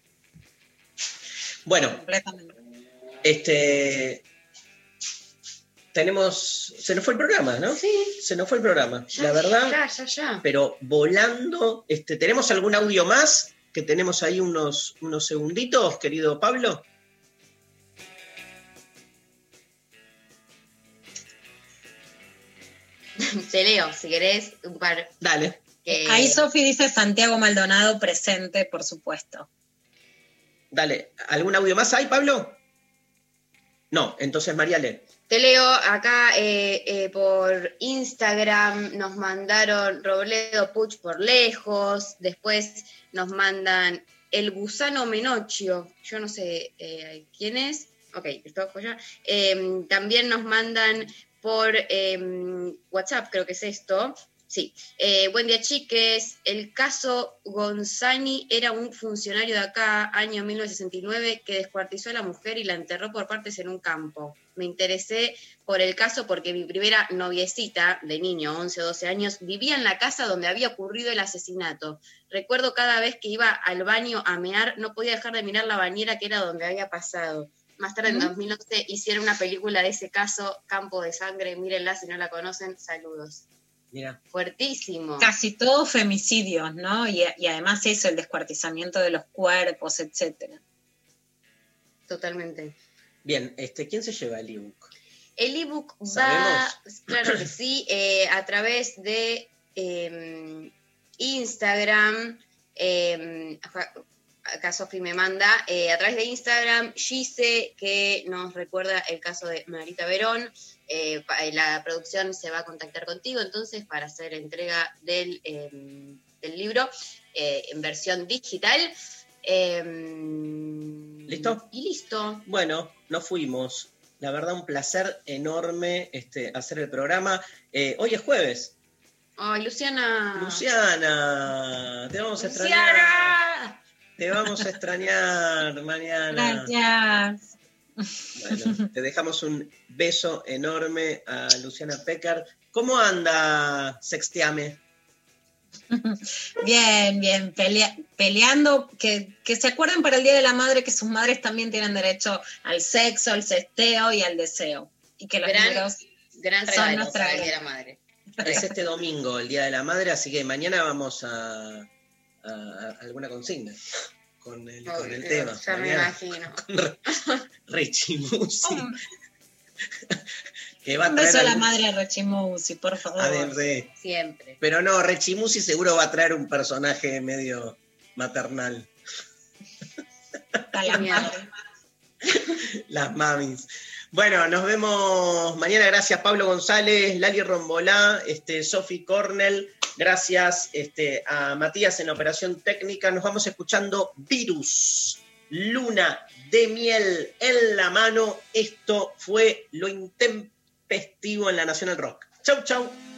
Bueno, este... Tenemos, se nos fue el programa, ¿no? Sí. Se nos fue el programa, ya, la verdad. Ya, ya, ya. Pero volando, este, ¿tenemos algún audio más? Que tenemos ahí unos, unos segunditos, querido Pablo. Te leo, si querés, un par. Dale. Que... Ahí Sofi dice Santiago Maldonado presente, por supuesto. Dale, ¿algún audio más hay, Pablo? No, entonces María lee. Te leo acá eh, eh, por Instagram, nos mandaron Robledo Puch por lejos, después nos mandan El Gusano Menochio, yo no sé eh, quién es, ok, esto ya. Eh, también nos mandan por eh, WhatsApp, creo que es esto. Sí, eh, buen día chiques, el caso Gonzani era un funcionario de acá, año mil novecientos sesenta y nueve, que descuartizó a la mujer y la enterró por partes en un campo. me interesé por el caso porque mi primera noviecita de niño, once o doce años, vivía en la casa donde había ocurrido el asesinato. Recuerdo cada vez que iba al baño a mear, no podía dejar de mirar la bañera que era donde había pasado. Más tarde, en dos mil once, hicieron una película de ese caso, Campo de Sangre, mírenla si no la conocen, saludos. Mira. Fuertísimo. Casi todos femicidios, ¿no? Y, y además eso, el descuartizamiento de los cuerpos, etcétera. Totalmente. Bien, este, ¿quién se lleva el ebook? El ebook va, ¿Sabemos? claro que sí, eh, a través de eh, Instagram, eh, acá Sofi me manda, eh, a través de Instagram, Gise, que nos recuerda el caso de Marita Verón. Eh, la producción se va a contactar contigo entonces para hacer entrega del, eh, del libro eh, en versión digital. Eh, ¿Listo? Y listo. Bueno, nos fuimos. La verdad, un placer enorme este, hacer el programa. Eh, hoy es jueves. Ay, Luciana. Luciana, te vamos a extrañar. Luciana. Te vamos a extrañar mañana. Gracias. Bueno, te dejamos un beso enorme a Luciana Pecker. ¿Cómo anda Sextiame? Bien, bien, pelea, peleando, que, que se acuerden para el Día de la Madre que sus madres también tienen derecho al sexo, al sesteo y al deseo. Y que los Gran- libros Gran son regalo nuestra para el guía. Día de la Madre. Es este domingo, el Día de la Madre, así que mañana vamos a, a- a alguna consigna con el, con el Ay, tema. ya me Mañana imagino. con Re- Richie Musi, que va a Un beso traer a la algún- madre de Rechimusi, por favor. a ver, re- Siempre. Pero no, Richie Musi seguro va a traer un personaje medio maternal. A la madre. Las mamis. Bueno, nos vemos mañana. Gracias, Pablo González, Lali Rombolá, este, Sofi Cornell. Gracias este, a Matías en la operación técnica. Nos vamos escuchando Virus, Luna de Miel en la mano. Esto fue Lo Intempestivo en la Nacional Rock. Chau, chau.